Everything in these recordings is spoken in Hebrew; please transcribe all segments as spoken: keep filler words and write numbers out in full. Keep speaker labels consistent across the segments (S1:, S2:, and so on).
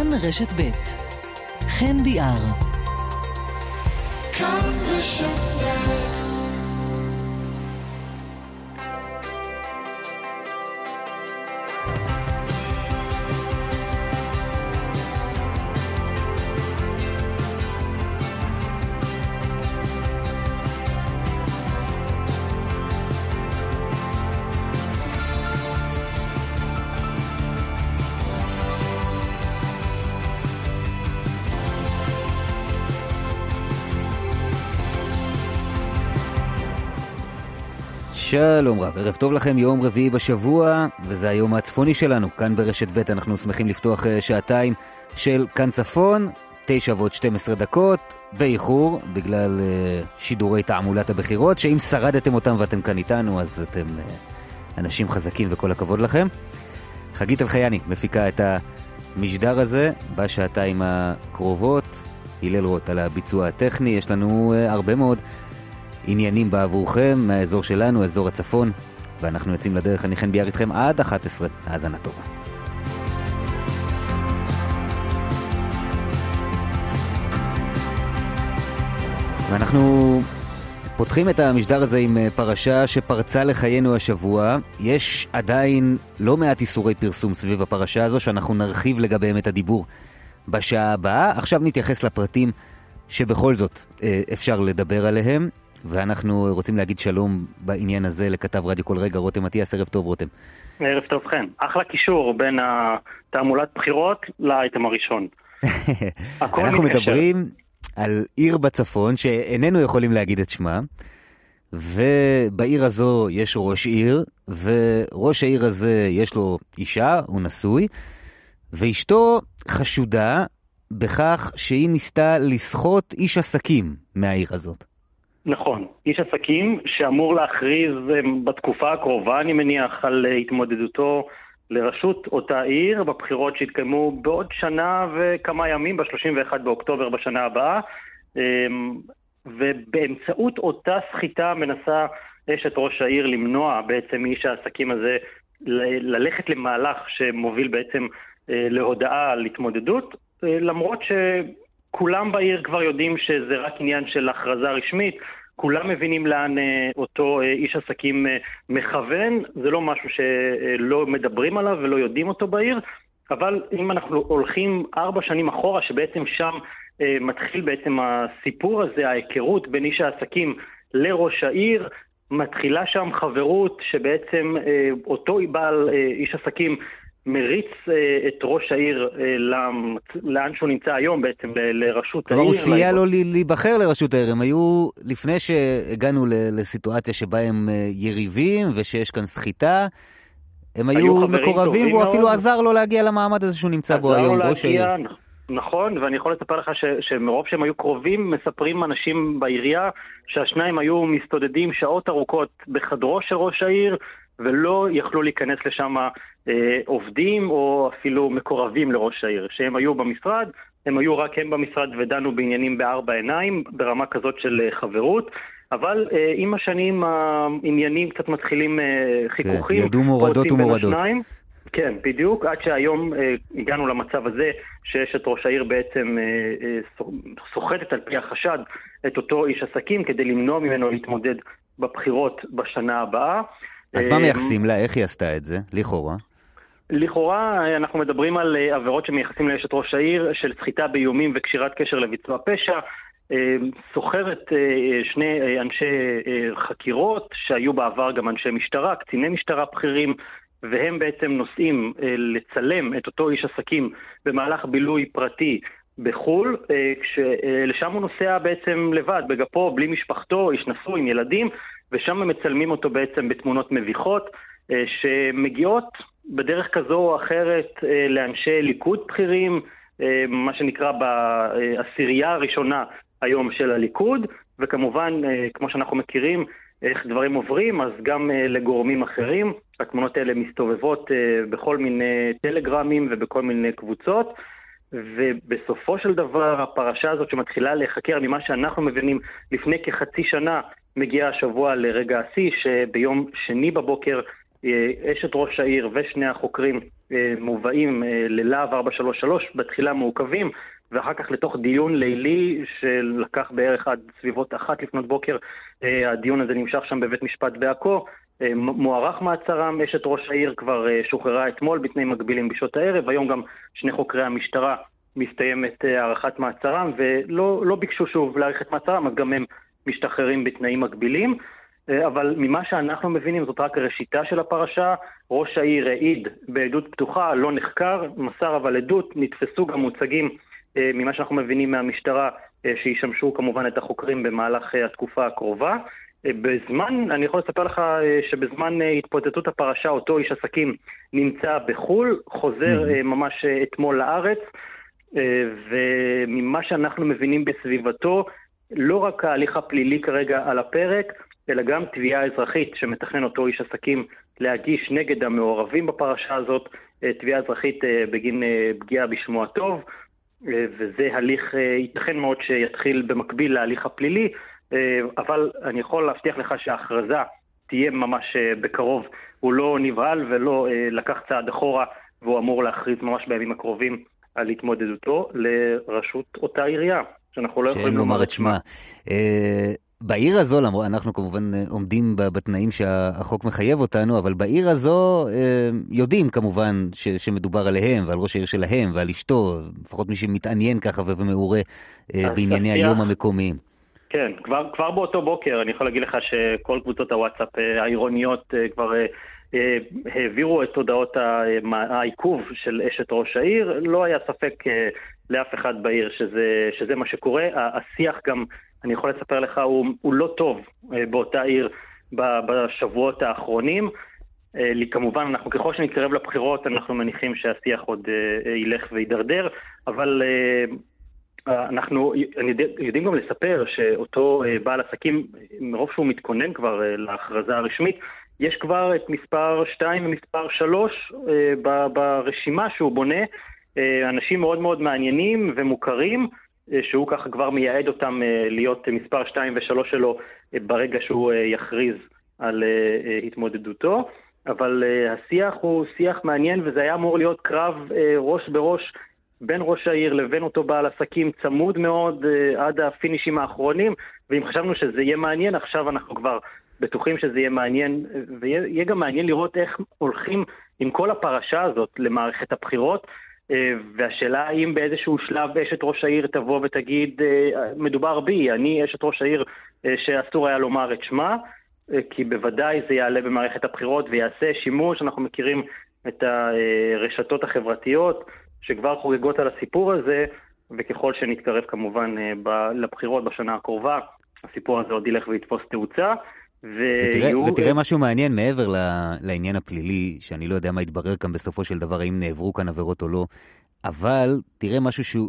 S1: כאן רשת ב' חן ביאר. כאן רשת ב'.
S2: שלום רב, ערב טוב לכם, יום רביעי בשבוע, וזה היום הצפוני שלנו. כאן ברשת ב' אנחנו שמחים לפתוח שעתיים של כאן צפון, תשע ועוד שתים עשרה דקות, באיחור, בגלל uh, שידורי תעמולת הבחירות, שאם שרדתם אותם ואתם כאן איתנו, אז אתם uh, אנשים חזקים וכל הכבוד לכם. חגית אלחייני מפיקה את המשדר הזה בשעתיים הקרובות, הלל רוט על הביצוע הטכני. יש לנו uh, הרבה מאוד עניינים בעבורכם מהאזור שלנו, אזור הצפון, ואנחנו יוצאים לדרך. אני חן ביאר איתכם עד אחת עשרה. האזנה טובה. ואנחנו פותחים את המשדר הזה עם פרשה שפרצה לחיינו השבוע. יש עדיין לא מעט איסורי פרסום סביב הפרשה הזו, שאנחנו נרחיב לגביהם את הדיבור בשעה הבאה. עכשיו נתייחס לפרטים שבכל זאת אפשר לדבר עליהם, ואנחנו רוצים להגיד שלום בעניין הזה לכתב רדיו כל רגע, רותם מתיאס. ערב טוב רותם.
S3: ערב טוב חן. אחלה קישור בין התעמולת בחירות לאייטם הראשון.
S2: אנחנו מדברים על עיר בצפון שאיננו יכולים להגיד את שמה, ובעיר הזו יש ראש עיר, וראש העיר הזה יש לו אישה, הוא נשוי, ואשתו חשודה בכך שהיא ניסתה לסחוט איש עסקים מהעיר הזאת.
S3: נכון, איש עסקים שאמור להכריז בתקופה הקרובה, אני מניח, על התמודדותו לראשות אותה עיר בבחירות שהתקיימו בעוד שנה וכמה ימים, ב-שלושים ואחד באוקטובר בשנה הבאה, ובאמצעות אותה סחיטה מנסה אשת ראש העיר למנוע בעצם איש העסקים הזה ללכת למהלך שמוביל בעצם להודעה על התמודדות, למרות ש... כולם בעיר כבר יודעים שזה רק עניין של הכרזה רשמית, כולם מבינים לאן אותו איש עסקים מכוון, זה לא משהו שלא מדברים עליו ולא יודעים אותו בעיר, אבל אם אנחנו הולכים ארבע שנים אחורה, שבעצם שם מתחיל בעצם הסיפור הזה, ההיכרות בין איש העסקים לראש העיר, מתחילה שם חברות שבעצם אותו בעל איש עסקים מריץ את ראש העיר לאן שהוא נמצא היום בעצם, לראשות העיר.
S2: הוא סייע לו להיבחר לראשות העיר. הם היו, לפני שהגענו לסיטואציה שבה הם יריבים ושיש כאן סחיטה, הם היו מקורבים, והוא אפילו עזר לו להגיע למעמד הזה שהוא נמצא בו היום, ראש העיר.
S3: נכון, ואני יכול לספר לך שמרוב שהם היו קרובים, מספרים אנשים בעירייה שהשניים היו מסתודדים שעות ארוכות בחדרו של ראש העיר, ולא יכלו להיכנס לשם אה, עובדים או אפילו מקורבים לראש העיר. שהם היו במשרד, הם היו רק הם במשרד ודנו בעניינים בארבע עיניים, ברמה כזאת של אה, חברות, אבל אה, עם השנים העניינים קצת מתחילים אה, חיכוכים.
S2: ידעו מורדות ומורדות.
S3: כן, בדיוק, עד שהיום אה, הגענו למצב הזה שיש את ראש העיר בעצם אה, אה, סוחטת על פי החשד את אותו איש עסקים כדי למנוע ממנו להתמודד בבחירות בשנה הבאה.
S2: אז מה מייחסים לה? איך היא עשתה את זה? לכאורה?
S3: לכאורה אנחנו מדברים על עבירות שמייחסים לאשת ראש העיר של סחיטה באיומים וקשירת קשר לביצוע פשע. סוחרת שני אנשי חקירות שהיו בעבר גם אנשי משטרה, קציני משטרה בכירים, והם בעצם נוסעים לצלם את אותו איש עסקים במהלך בילוי פרטי בחול, כשלשם הוא נוסע בעצם לבד, בגפו, בלי משפחתו, איש נשוי עם ילדים, ושם הם מצלמים אותו בעצם בתמונות מביכות, שמגיעות בדרך כזו או אחרת לאנשי ליכוד בכירים, מה שנקרא בעשירייה הראשונה היום של הליכוד, וכמובן, כמו שאנחנו מכירים, איך דברים עוברים, אז גם לגורמים אחרים. התמונות האלה מסתובבות בכל מיני טלגרמים ובכל מיני קבוצות, ובסופו של דבר הפרשה הזאת שמתחילה להיחקר ממה שאנחנו מבינים לפני כחצי שנה, מגיעה השבוע לרגע השיא, שביום שני בבוקר אשת ראש העיר ושני החוקרים מובאים ללהב ארבע שלוש שלוש, בתחילה מעוכבים, ואחר כך לתוך דיון לילי שלקח בערך עד סביבות אחת לפנות בוקר. הדיון הזה נמשך שם בבית משפט בעכו. מוארך מעצרם, אשת ראש העיר כבר שוחררה אתמול בתנאים מגבילים בשעות הערב, היום גם שני חוקרי המשטרה מסתיימת הערכת מעצרם, ולא לא ביקשו שוב להאריך את מעצרם, אז גם הם משתחררים בתנאים מגבילים. אבל ממה שאנחנו מבינים זאת רק ראשיתה של הפרשה. ראש העיר העיד בעדות פתוחה, לא נחקר, מסר אבל עדות, נתפסו גם מוצגים ממה שאנחנו מבינים מהמשטרה שישמשו כמובן את החוקרים במהלך התקופה הקרובה. בזמן, אני יכול לספר לך שבזמן התפוצצות הפרשה אותו איש עסקים נמצא בחול, חוזר mm-hmm. ממש אתמול לארץ, וממה שאנחנו מבינים בסביבתו לא רק ההליך הפלילי כרגע על הפרק, אלא גם תביעה אזרחית שמתכנן אותו איש עסקים להגיש נגד המעורבים בפרשה הזאת, תביעה אזרחית בגין פגיעה בשמו הטוב, וזה הליך ייתכן מאוד שיתחיל במקביל להליך הפלילי, אבל אני יכול להבטיח לך שההכרזה תהיה ממש בקרוב. הוא לא נבהל ולא לקח צעד אחורה, והוא אמור להכריז ממש בימים הקרובים על התמודדותו לראשות אותה עירייה, שאנחנו לא יכולים לומר את שמה.
S2: בעיר הזו, אנחנו כמובן עומדים בתנאים שהחוק מחייב אותנו, אבל בעיר הזו יודעים כמובן שמדובר עליהם ועל ראש העיר שלהם ועל אשתו, לפחות מי שמתעניין ככה ומעורה בענייני היום המקומיים.
S3: כן, כבר, כבר באותו בוקר אני יכול להגיד לך שכל קבוצות הוואטסאפ העירוניות כבר העבירו את הודעות העיכוב של אשת ראש העיר. לא היה ספק לאף אחד בעיר שזה, שזה מה שקורה. השיח גם, אני יכול לספר לך, הוא, הוא לא טוב באותה עיר בשבועות האחרונים. לי כמובן, אנחנו ככל שנתקרב לבחירות, אנחנו מניחים שהשיח עוד ילך וידרדר, אבל אנחנו יודעים גם לספר שאותו בעל עסקים, מרוב שהוא מתכונן כבר להכרזה הרשמית, יש כבר את מספר שתיים ומספר שלוש ברשימה שהוא בונה, אנשים מאוד מאוד מעניינים ומוכרים, שהוא ככה כבר מייעד אותם להיות מספר שתיים ושלוש שלו ברגע שהוא יכריז על התמודדותו. אבל השיח הוא שיח מעניין, וזה היה אמור להיות קרב ראש בראש בין ראש העיר לבין אותו בעל עסקים, צמוד מאוד עד הפינישים האחרונים, ואם חשבנו שזה יהיה מעניין, עכשיו אנחנו כבר בטוחים שזה יהיה מעניין, ויהיה גם מעניין לראות איך הולכים עם כל הפרשה הזאת למערכת הבחירות, והשאלה האם באיזשהו שלב אשת ראש העיר תבוא ותגיד, מדובר בי, אני אשת ראש העיר שאסור היה לומר את שמה, כי בוודאי זה יעלה במערכת הבחירות ויעשה שימוש. אנחנו מכירים את הרשתות החברתיות שכבר חוגגות על הסיפור הזה, וככל שנתקרב כמובן לבחירות בשנה הקרובה, הסיפור הזה עוד ילך ויתפוס תאוצה.
S2: ותראה, ותראה משהו מעניין מעבר לעניין הפלילי, שאני לא יודע מה יתברר כאן בסופו של דבר, האם נעברו כאן עבירות או לא, אבל תראה משהו שהוא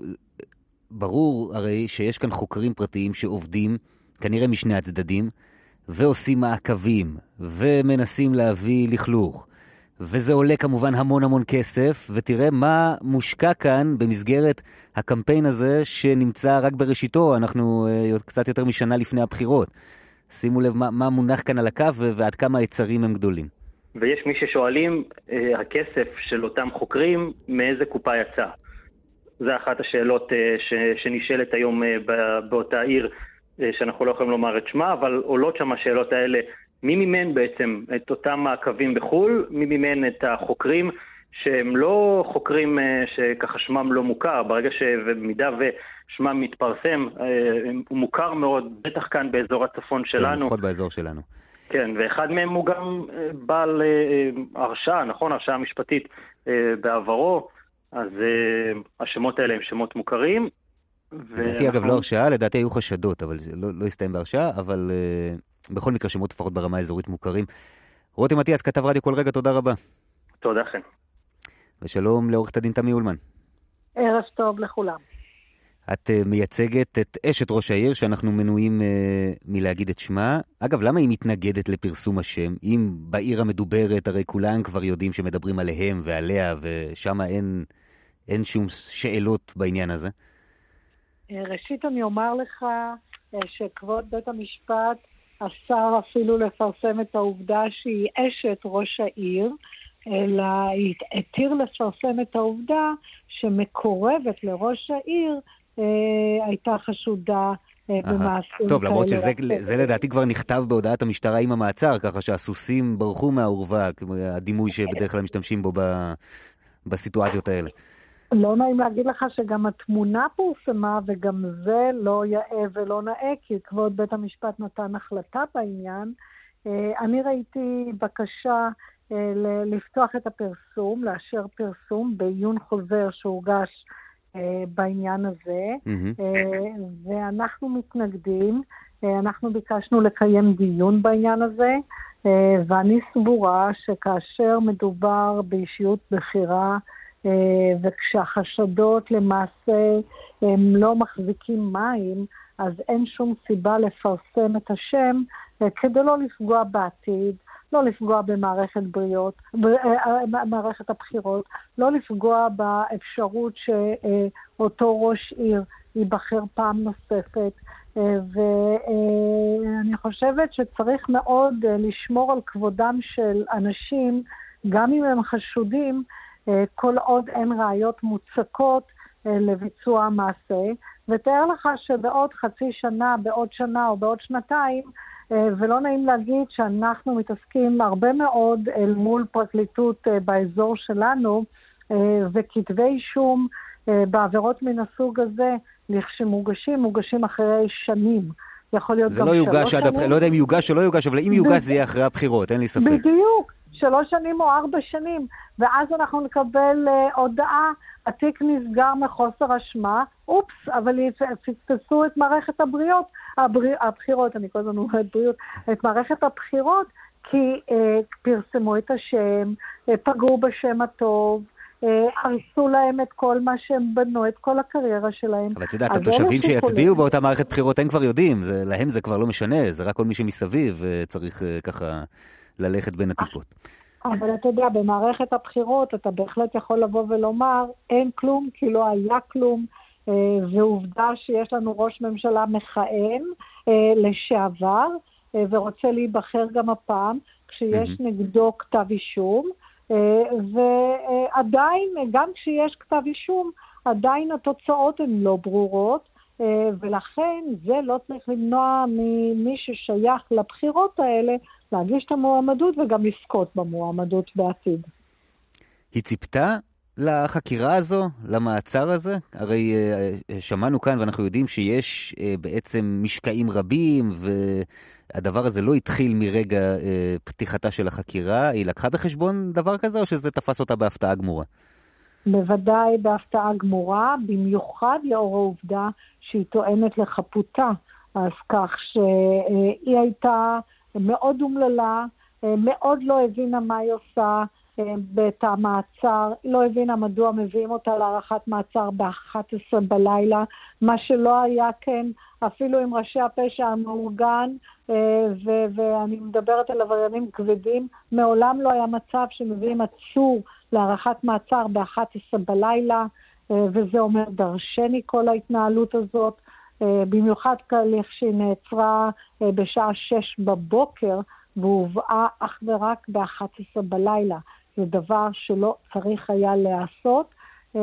S2: ברור, הרי שיש כאן חוקרים פרטיים שעובדים, כנראה משני הצדדים, ועושים מעקבים, ומנסים להביא לכלוך, וזה עולה כמובן המון המון כסף, ותראה מה מושקע כאן במסגרת הקמפיין הזה שנמצא רק בראשיתו, אנחנו קצת יותר משנה לפני הבחירות. שימו לב מה, מה מונח כאן על הקו ועד כמה היצרים הם גדולים.
S3: ויש מי ששואלים, אה, הכסף של אותם חוקרים, מאיזה קופה יצא? זה אחת השאלות אה, ש, שנשאלת היום אה, באותה עיר, אה, שאנחנו לא יכולים לומר את שמה, אבל עולות שם השאלות האלה, מי מימן בעצם את אותם מעקבים בחול, מי מימן את החוקרים, שהם לא חוקרים אה, שככה שמם לא מוכר, ברגע שבמידה ושמם מתפרסם, אה, הוא מוכר מאוד, בטח כאן באזור הצפון שלנו.
S2: כן, לפחות באזור שלנו.
S3: כן, ואחד מהם הוא גם אה, בעל אה, הרשעה, נכון? הרשעה משפטית אה, בעברו, אז אה, השמות האלה הם שמות מוכרים.
S2: לדעתי אגב לא הרשעה, לדעתי היו חשדות, אבל לא, לא הסתיים בהרשעה, אבל אה, בכל מקרה שמות לפחות ברמה האזורית מוכרים. רותם מטיאס, כתב רדיו כל רגע, תודה רבה.
S3: תודה לכם.
S2: ושלום לעורכת הדין תמי אולמן.
S4: ערב טוב לכולם.
S2: את uh, מייצגת את אשת ראש העיר שאנחנו מנויים uh, מלהגיד את שמה. אגב, למה היא מתנגדת לפרסום השם? אם בעיר המדוברת הרי כולם כבר יודעים שמדברים עליהם ועליה, ושם אין, אין שום שאלות בעניין הזה.
S4: ראשית אני אומר לך שכבוד בית המשפט אסר אפילו לפרסם את העובדה שהיא אשת ראש העיר, אלא התיר לפרסם את העובדה שמקורבת לראש העיר אה, הייתה חשודה אה, במעשים.
S2: טוב, למרות שזה זה לדעתי כבר נכתב בהודעת המשטרה עם המעצר, ככה שהסוסים ברחו מהעורבה, הדימוי שבדרך כלל משתמשים בו ב, בסיטואציות האלה.
S4: לא נעים להגיד לך שגם התמונה פורסמה, וגם זה לא יאה ולא נאה, כי כבוד בית המשפט נתן החלטה בעניין. אני ראיתי בקשה לפתוח את הפרסום, לאשר פרסום בעיון חוזר שהוגש בעניין הזה, mm-hmm. ואנחנו מתנגדים, אנחנו ביקשנו לקיים דיון בעניין הזה, ואני סבורה שכאשר מדובר באישיות בחירה, וכשהחשדות למעשה הם לא מחזיקים מים, אז אין שום סיבה לפרסם את השם כדי לא לפגוע בעתיד, לא לפגוע במערכת בריאות, במערכת הבחירות, לא לפגוע באפשרות שאותו ראש עיר ייבחר פעם נוספת. ואני חושבת שצריך מאוד לשמור על כבודם של אנשים, גם אם הם חשודים, כל עוד אין ראיות מוצקות לביצוע המעשה, ותאר לך שבעוד חצי שנה, בעוד שנה או בעוד שנתיים, ולא נעים להגיד שאנחנו מתעסקים הרבה מאוד אל מול פרקליטות באזור שלנו, וכתבי אישום בעבירות מן הסוג הזה, לכשמוגשים, מוגשים אחרי שנים. יכול להיות גם
S2: לא יוגש
S4: שלוש
S2: עד,
S4: שנים.
S2: לא יודע אם יוגש או לא יוגש, אבל אם יוגש זה יהיה אחרי הבחירות, אין לי ספק.
S4: בדיוק. שלוש שנים או ארבע שנים, ואז אנחנו נקבל uh, הודעה, התיק נסגר מחוסר אשמה, אופס, אבל פספסו את מערכת הבריאות, הבריא, הבחירות, אני כל הזמן אומרת בריאות, את מערכת הבחירות, כי uh, פרסמו את השם, uh, פגעו בשם הטוב, uh, הרסו להם את כל מה שהם בנו, את כל הקריירה שלהם.
S2: אבל את יודעת, התושבים שיצביעו באותה מערכת בחירות, הם כבר יודעים, זה, להם זה כבר לא משנה, זה רק כל מי שמסביב uh, צריך uh, ככה... ללכת בין הטיפות.
S4: אבל אתה יודע, במערכת הבחירות אתה בהחלט יכול לבוא ולומר, אין כלום כי לא היה כלום, ועובדה שיש לנו ראש ממשלה מכהן לשעבר, ורוצה להיבחר גם הפעם, כשיש mm-hmm. נגדו כתב אישום, ועדיין, גם כשיש כתב אישום, עדיין התוצאות הן לא ברורות, ולכן זה לא צריך למנוע ממי ששייך לבחירות האלה, להגיש את המועמדות וגם לזכות במועמדות בעתיד.
S2: היא ציפתה לחקירה הזו, למעצר הזה? הרי uh, שמענו כאן ואנחנו יודעים שיש uh, בעצם משקעים רבים, והדבר הזה לא התחיל מרגע uh, פתיחתה של החקירה. היא לקחה בחשבון דבר כזה או שזה תפס אותה בהפתעה גמורה?
S4: בוודאי בהפתעה גמורה, במיוחד לאור העובדה שהיא טוענת לחפותה. אז כך שהיא הייתה מאוד אומללה, מאוד לא הבינה מה היא עושה בעת המעצר, לא הבינה מדוע מביאים אותה להארכת מעצר ב-אחת עשרה בלילה, מה שלא היה כן אפילו עם ראשי הפשע המאורגן, ו- ואני מדברת על עבריינים כבדים, מעולם לא היה מצב שמביאים עצור להארכת מעצר ב-אחת עשרה בלילה, וזה אומר דרשני כל ההתנהלות הזאת, במיוחד כאלה שהיא נעצרה בשעה שש בבוקר, והובאה אך ורק ב-אחת עשרה בלילה. זה דבר שלא צריך היה לעשות,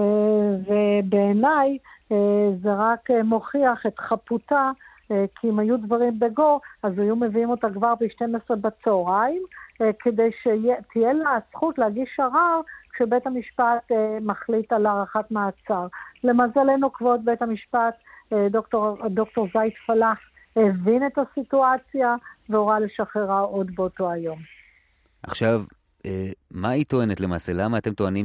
S4: ובעיניי זה רק מוכיח את חפותה, כי אם היו דברים בגו, אז היו מביאים אותה כבר ב-שתים עשרה בצהריים, כדי שתהיה לה הזכות להגיש ערר, כשבית המשפט מחליט על הארכת מעצר. למזלנו כבוד בית המשפט, דוקטור, דוקטור זית פלח, הבין את הסיטואציה, והוראה לשחררה עוד באותו היום.
S2: עכשיו, מה היא טוענת למעשה? למה אתם טוענים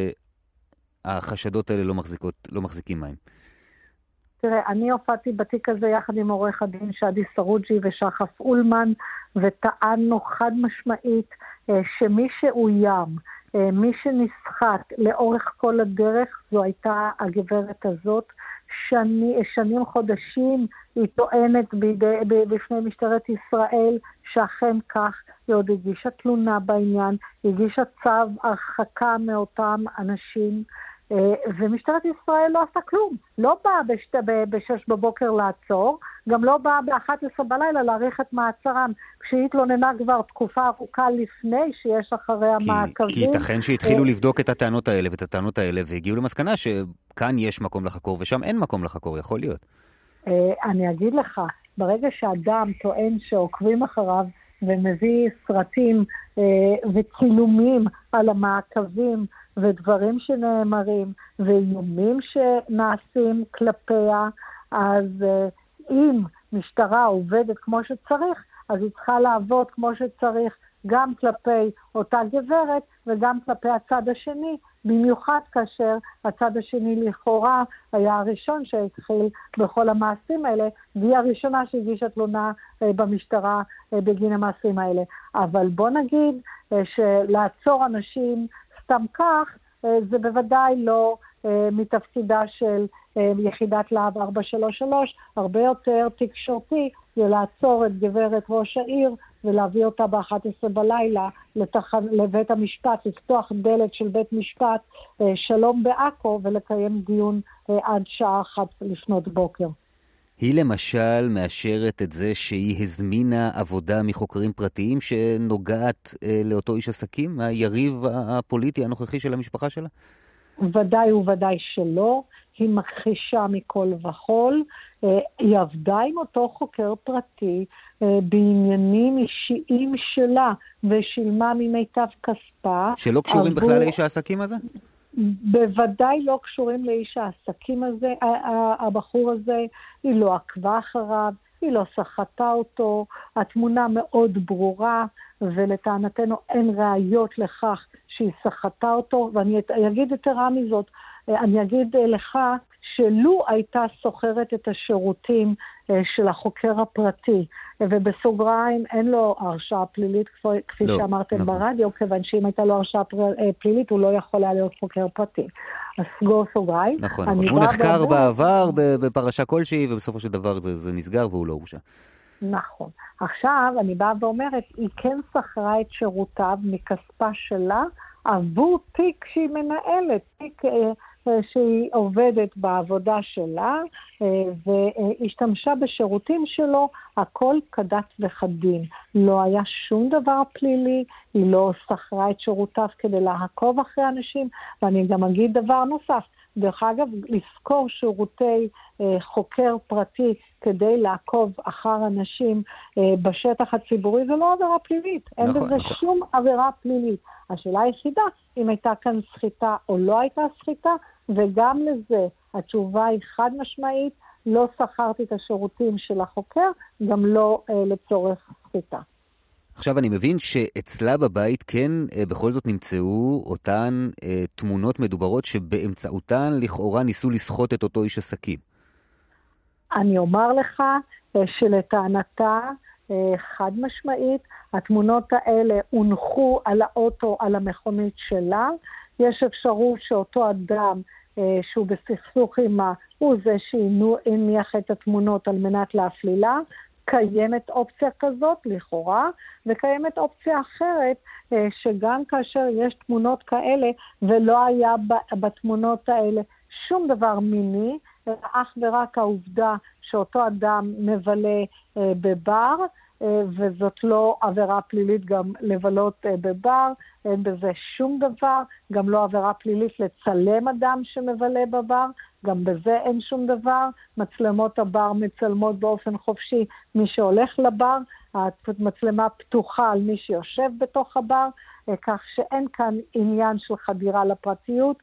S2: שהחשדות האלה לא מחזיקות, לא מחזיקים מים?
S4: תראה, אני הופעתי בתיק הזה יחד עם עורך הדין שדי סרוג'י ושחף אולמן, וטענו חד משמעית שמי שאוים, מי שנסחט לאורך כל הדרך, זו הייתה הגברת הזאת. שני, שנים חודשים היא טוענת בידי, בפני משטרת ישראל שאכן כך, היא עוד הגישה תלונה בעניין, הגישה צו הרחקה מאותם אנשים, ומשטרת ישראל לא עשה כלום. לא באה בשת, בשש בבוקר לעצור, גם לא באה ב-אחת עשרה בלילה להאריך את מעצרם, כשהיא התלוננה כבר תקופה ארוכה לפני שיש אחרי המעקבים.
S2: כי ייתכן שהתחילו לבדוק את הטענות האלה ואת הטענות האלה, והגיעו למסקנה שכאן יש מקום לחקור ושם אין מקום לחקור, יכול להיות.
S4: אני אגיד לך, ברגע שאדם טוען שעוקבים אחריו, ומביא סרטים וצילומים על המעקבים, ודברים שנאמרים, ואיומים שנעשים כלפיה, אז אם משטרה עובדת כמו שצריך, אז היא צריכה לעבוד כמו שצריך, גם כלפי אותה גברת, וגם כלפי הצד השני, במיוחד כאשר הצד השני לכאורה היה הראשון שהתחיל בכל המעשים האלה, והיא הראשונה שהגישה תלונה במשטרה בגין המעשים האלה. אבל בוא נגיד שלעצור אנשים סתם כך, זה בוודאי לא מתפקידה של יחידת להב ארבע שלוש שלוש, הרבה יותר תקשורתי זה לעצור את גברת ראש העיר ולהביא אותה ב-אחת עשרה בלילה לתח... לבית המשפט, לפתוח דלת של בית משפט שלום בעכו ולקיים דיון עד שעה אחת לפנות בוקר.
S2: היא למשל מאשרת את זה שהיא הזמינה עבודה מחוקרים פרטיים שנוגעת אה, לאותו איש עסקים, היריב הפוליטי הנוכחי של המשפחה שלה?
S4: ודאי וודאי שלא, היא מכחישה מכל וכל, אה, היא עבדה עם אותו חוקר פרטי אה, בעניינים אישיים שלה ושילמה ממיטב כספה.
S2: שלא קשורים עבור... בכלל לאיש העסקים הזה?
S4: בוודאי לא קשורים לאיש העסקים הזה, הבחור הזה, היא לא עקבה אחריו, היא לא שחתה אותו, התמונה מאוד ברורה, ולטענתנו אין ראיות לכך שהיא שחתה אותו, ואני אגיד יתרה מזאת, אני אגיד לך שלו הייתה סוחרת את השירותים של החוקר הפרטי, ובסוגריים אין לו הרשעה פלילית, כפי לא, שאמרתם נכון. ברדיו, כיוון שאם הייתה לו הרשעה פלילית, הוא לא יכול היה להיות חוקר פרטי. אז סגור סוגריים.
S2: נכון, נכון. הוא נחקר בעבר, בעבר בפרשה כלשהי, ובסופו של דבר זה, זה נסגר והוא לא הורשע. נכון.
S4: עכשיו אני באה ואומרת, היא כן שכרה את שירותיו מכספה שלה, עבור תיק שהיא מנהלת, תיק שהיא עובדת בעבודה שלה, והשתמשה בשירותים שלו, הכל כדת וכדין. לא היה שום דבר פלילי, היא לא שכרה את שירותיו כדי לעקוב אחרי אנשים, ואני גם אגיד דבר נוסף, דרך אגב, לזכור שירותי אה, חוקר פרטי כדי לעקוב אחר אנשים אה, בשטח הציבורי, זה לא עבירה פלילית. אין
S2: נכון,
S4: בזה
S2: נכון.
S4: שום עבירה פלילית. השאלה היחידה, אם הייתה כאן סחיטה או לא הייתה סחיטה, וגם לזה התשובה היא חד משמעית, לא שכרתי את השירותים של החוקר, גם לא אה, לצורך סחיטה.
S2: עכשיו אני מבין שאצלה בבית כן בכל זאת נמצאו אותן אה, תמונות מדוברות שבאמצעותן לכאורה ניסו לסחוט את אותו איש עסקים.
S4: אני אומר לך אה, שלטענתה אה, חד משמעית, התמונות האלה הונחו על האוטו, על המכונית שלה. יש אפשרות שאותו אדם אה, שהוא בסכסוך עמה, הוא זה שהניח את התמונות על מנת להפלילה. קיימת אופציה כזאת, לכאורה, וקיימת אופציה אחרת, שגם כאשר יש תמונות כאלה, ולא היה בתמונות האלה שום דבר מיני, אך ורק העובדה שאותו אדם מבלה בבר, וזאת לא עבירה פלילית גם לבלות בבר, אין בזה שום דבר, גם לא עבירה פלילית לצלם אדם שמבלה בבר, גם בזה אין שום דבר, מצלמות הבר מצלמות באופן חופשי מי שהולך לבר, המצלמה פתוחה על מי שיושב בתוך הבר, כך שאין כאן עניין של חדירה לפרטיות,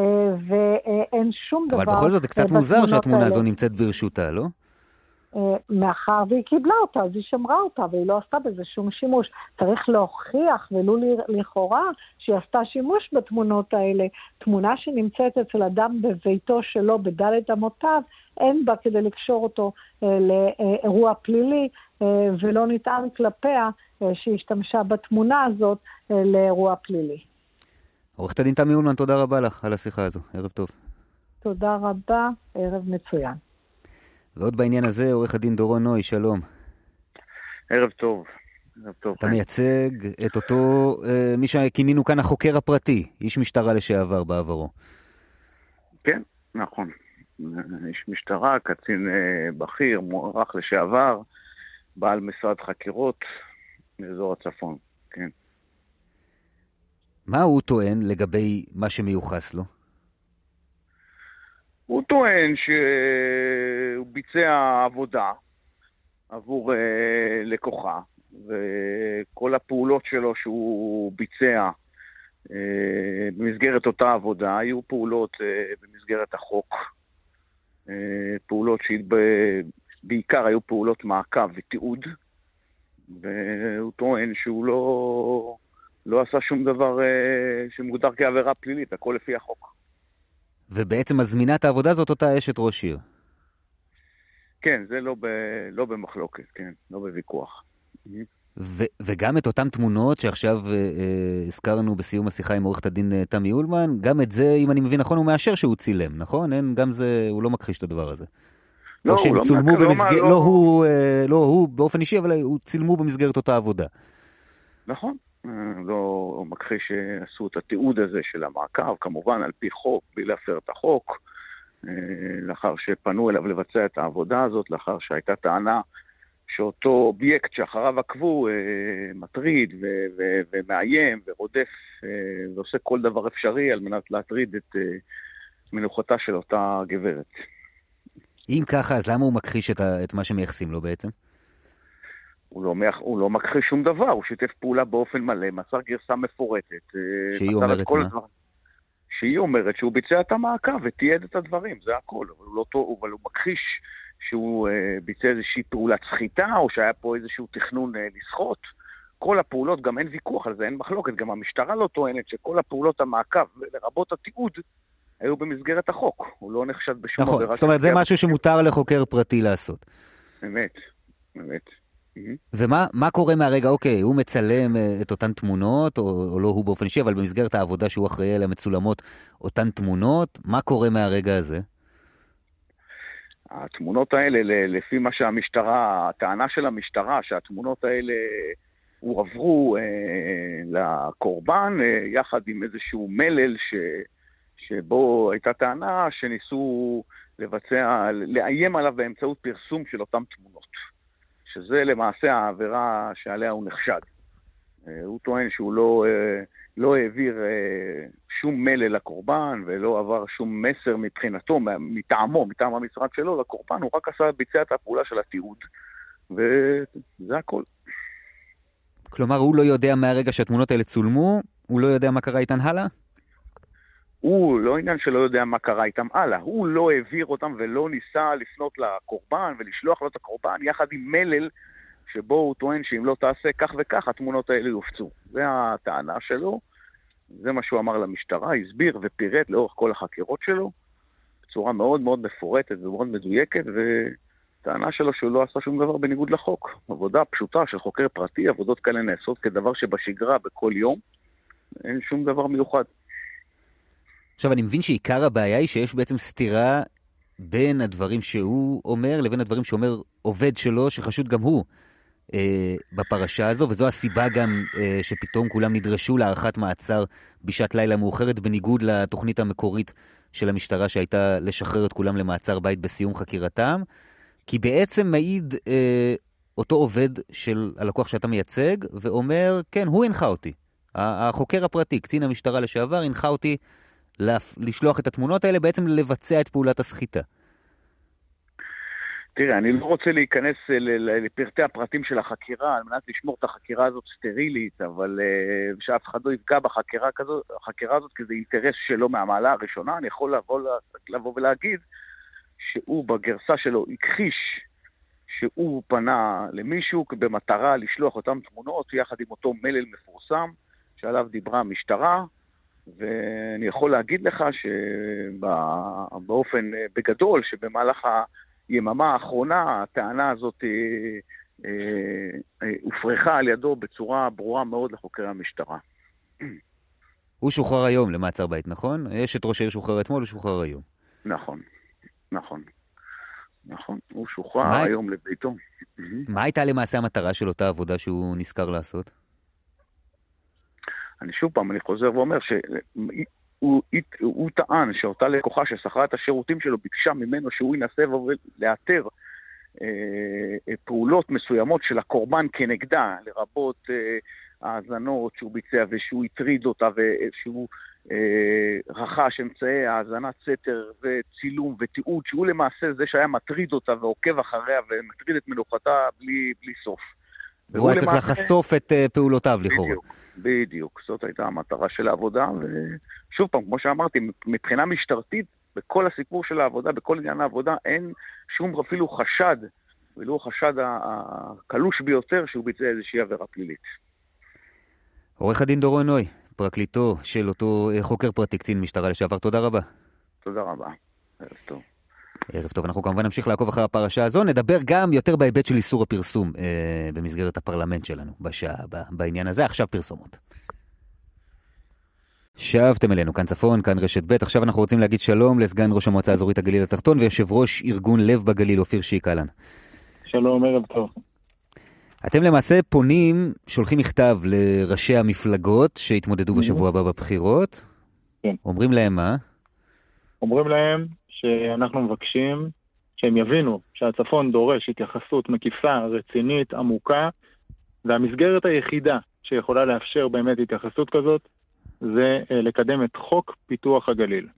S4: ואין שום דבר.
S2: אבל בכל זאת זה קצת מוזר שהתמונה האלה. הזו נמצאת ברשותה, לא?
S4: מאחר והיא קיבלה אותה, אז היא שמרה אותה, והיא לא עשתה בזה שום שימוש. צריך להוכיח, ולו לכאורה, שהיא עשתה שימוש בתמונות האלה. תמונה שנמצאת אצל אדם בביתו שלו, בדלת אמותיו, אין בה כדי לקשור אותו אה, לאירוע פלילי, אה, ולא נטען כלפיה אה, שהשתמשה בתמונה הזאת אה, לאירוע פלילי.
S2: עורכת הדין תמי אולמן, תודה רבה לך על השיחה הזו. ערב טוב.
S4: תודה רבה, ערב מצוין.
S2: ועוד בעניין הזה, עורך הדין דורון נוי, שלום.
S5: ערב טוב. ערב טוב.
S2: אתה מייצג את אותו, אה, מי שכינינו כאן החוקר הפרטי, איש משטרה לשעבר בעברו.
S5: כן, נכון. איש משטרה, קצין בכיר, מוערך לשעבר, בעל משרד חקירות מאזור הצפון, כן.
S2: מה הוא טוען לגבי מה שמיוחס לו?
S5: הוא טוען שהוא ביצע עבודה עבור uh, לקוחה, וכל הפעולות שלו שהוא ביצע uh, במסגרת אותה עבודה היו פעולות uh, במסגרת החוק, uh, פעולות שבעיקר היו פעולות מעקב ותיעוד, והוא טוען שהוא לא, לא עשה שום דבר uh, שמוגדר כעבירה פלילית, הכל לפי החוק.
S2: ובעצם מזמינת העבודה זאת אותה אשת ראש עיר.
S5: כן, זה לא, ב, לא במחלוקת, כן, לא בוויכוח.
S2: ו- וגם את אותן תמונות שעכשיו אה, אה, הזכרנו בסיום השיחה עם עורכת הדין אה, תמי אולמן, גם את זה, אם אני מבין נכון, הוא מאשר שהוא צילם, נכון? אין, גם זה, הוא לא מכחיש את הדבר הזה.
S5: לא,
S2: או שהם
S5: הוא
S2: צולמו
S5: לא,
S2: במסגרת,
S5: לא,
S2: לא, לא, הוא, אה, לא הוא באופן אישי, אבל הוא צילמו במסגרת אותה עבודה.
S5: נכון, לא מכחיש שעשו את התיעוד הזה של המעקב, כמובן על פי חוק, בלי להפר את החוק, לאחר שפנו אליו לבצע את העבודה הזאת, לאחר שהייתה טענה שאותו אובייקט שאחריו עקבו מטריד ו- ו- ומאיים ורודף ועושה כל דבר אפשרי על מנת להטריד את מנוחתה של אותה גברת.
S2: אם ככה, אז למה הוא מכחיש את, ה- את מה שמייחסים לו בעצם?
S5: הוא לא, הוא לא מכחיש שום דבר, הוא שיתף פעולה באופן מלא, מסר גרסה מפורטת.
S2: שהיא אומרת מה?
S5: הדבר, שהיא אומרת שהוא ביצע את המעקב ותיעד את הדברים, זה הכל. אבל הוא, לא, אבל הוא מכחיש שהוא uh, ביצע איזושהי פעולת סחיטה, או שהיה פה איזשהו תכנון uh, לסחוט. כל הפעולות, גם אין ויכוח על זה, אין מחלוקת. גם המשטרה לא טוענת שכל הפעולות המעקב, לרבות התיעוד, היו במסגרת החוק. הוא לא נחשד בשום
S2: נכון,
S5: עבירה.
S2: זאת אומרת, זה משהו שמותר לחוקר פרטי לעשות.
S5: באמת, באמת.
S2: ומה מה קורה מהרגע, אוקיי, הוא מצלם את אותן תמונות, או, או לא הוא באופן אישי, אבל במסגרת העבודה שהוא אחראי עליה מצולמות אותן תמונות, מה קורה מהרגע הזה?
S5: התמונות האלה, לפי מה שהמשטרה, הטענה של המשטרה, שהתמונות האלה הועברו אה, לקורבן, אה, יחד עם איזשהו מלל ש, שבו הייתה טענה שניסו לבצע, לאיים עליו באמצעות פרסום של אותן תמונות. שזה למעשה העבירה שעליה הוא נחשד. הוא טוען שהוא לא, לא העביר שום מלל לקורבן, ולא עבר שום מסר מבחינתו, מטעמו, מטעם המשרד שלו לקורבן, הוא רק עשה, ביצע את הפעולה של התיעוד, וזה הכל.
S2: כלומר, הוא לא יודע מהרגע שהתמונות האלה צולמו, הוא לא יודע מה קרה איתן הלאה?
S5: הוא לא עניין שלא יודע מה קרה איתם הלאה, הוא לא העביר אותם ולא ניסה לפנות לקורבן ולשלוח לו את הקורבן יחד עם מלל שבו הוא טוען שאם לא תעשה כך וכך התמונות האלה יופצו. זה הטענה שלו, זה מה שהוא אמר למשטרה, הסביר ופירט לאורך כל החקירות שלו בצורה מאוד מאוד מפורטת ומאוד מדויקת, וטענה שלו שהוא לא עשה שום דבר בניגוד לחוק. עבודה פשוטה של חוקר פרטי, עבודות כאלה נעשות כדבר שבשגרה בכל יום, אין שום דבר מיוחד.
S2: עכשיו, אני מבין שעיקר הבעיה היא שיש בעצם סתירה בין הדברים שהוא אומר לבין הדברים שאומר עובד שלו, שחשוד גם הוא אה, בפרשה הזו, וזו הסיבה גם אה, שפתאום כולם נדרשו להארכת מעצר בשעת לילה מאוחרת, בניגוד לתוכנית המקורית של המשטרה שהייתה לשחרר את כולם למעצר בית בסיום חקירתם, כי בעצם מעיד אה, אותו עובד של הלקוח שאתה מייצג, ואומר, כן, הוא הנחה אותי. החוקר הפרטי, קצין המשטרה לשעבר, הנחה אותי לשלוח את התמונות האלה, בעצם לבצע את פעולת הסחיטה.
S5: תראה, אני לא רוצה להיכנס לפרטי הפרטים של החקירה, על מנת לשמור את החקירה הזאת סטרילית, אבל שאף אחד לא יפגע בחקירה כזאת, החקירה הזאת כזה אינטרס שלו מהמעלה הראשונה, אני יכול לבוא, לבוא ולהגיד שהוא בגרסה שלו הכחיש שהוא פנה למישהו במטרה לשלוח אותם תמונות יחד עם אותו מלל מפורסם שעליו דיברה המשטרה, ואני יכול להגיד לך שבאופן בגדול שבמהלך היממה האחרונה הטענה הזאת הופרחה על ידו בצורה ברורה מאוד לחוקרי המשטרה.
S2: הוא שוחרר היום למעצר בית, נכון? יש את ראש העיר שוחרר אתמול, הוא שוחרר היום.
S5: נכון, נכון. נכון, הוא שוחרר היום לביתו.
S2: מה הייתה למעשה המטרה של אותה עבודה שהוא נזכר לעשות?
S5: אני שוב פעם, אני חוזר ואומר הוא, הוא טען שאותה לקוחה ששכרה את השירותים שלו ביקשה ממנו שהוא ינסה לאתר אה, פעולות מסוימות של הקורבן כנגדה, לרבות אה, האזנות שהוא ביצע ושהוא הטריד אותה ושהוא אה, רכש אמצעי האזנת סתר וצילום ותיעוד, שהוא למעשה זה שהיה מטריד אותה ועוקב אחריה ומטריד את מנוחתה בלי, בלי סוף.
S2: והוא היה צריך לחשוף את uh, פעולותיו לכאורה.
S5: בדיוק, בדיוק, זאת הייתה המטרה של העבודה, ושוב פעם, כמו שאמרתי, מבחינה משטרתית, בכל הסיפור של העבודה, בכל עניין העבודה, אין שום אפילו חשד, ולא חשד הקלוש ביותר שהוא ביצע איזושהי עבירה פלילית.
S2: עורך הדין דורון נוי, פרקליטו של אותו חוקר פרטי, קצין משטרה לשעבר, תודה רבה.
S5: תודה רבה, ערב טוב.
S2: ערב טוב, אנחנו כמובן נמשיך לעקוב אחרי הפרשה הזו, נדבר גם יותר בהיבט של איסור הפרסום אה, במסגרת הפרלמנט שלנו בשעה הבאה בעניין הזה. עכשיו פרסומות. שבתם אלינו, כאן צפון, כאן רשת ב'. עכשיו אנחנו רוצים להגיד שלום לסגן ראש המועצה האזורית הגליל התחתון ויושב ראש ארגון לב בגליל, אופיר שיקלן.
S6: שלום, ערב טוב.
S2: אתם למעשה פונים, שולחים מכתב לראשי המפלגות שהתמודדו בשבוע הבא בבחירות.
S6: כן.
S2: אומרים להם מה?
S6: אומרים להם שאנחנו מבקשים שהם יבינו שהצפון דורש התייחסות מקיפה, רצינית, עמוקה, והמסגרת היחידה שיכולה לאפשר באמת התייחסות כזאת, זה לקדם את חוק פיתוח הגליל.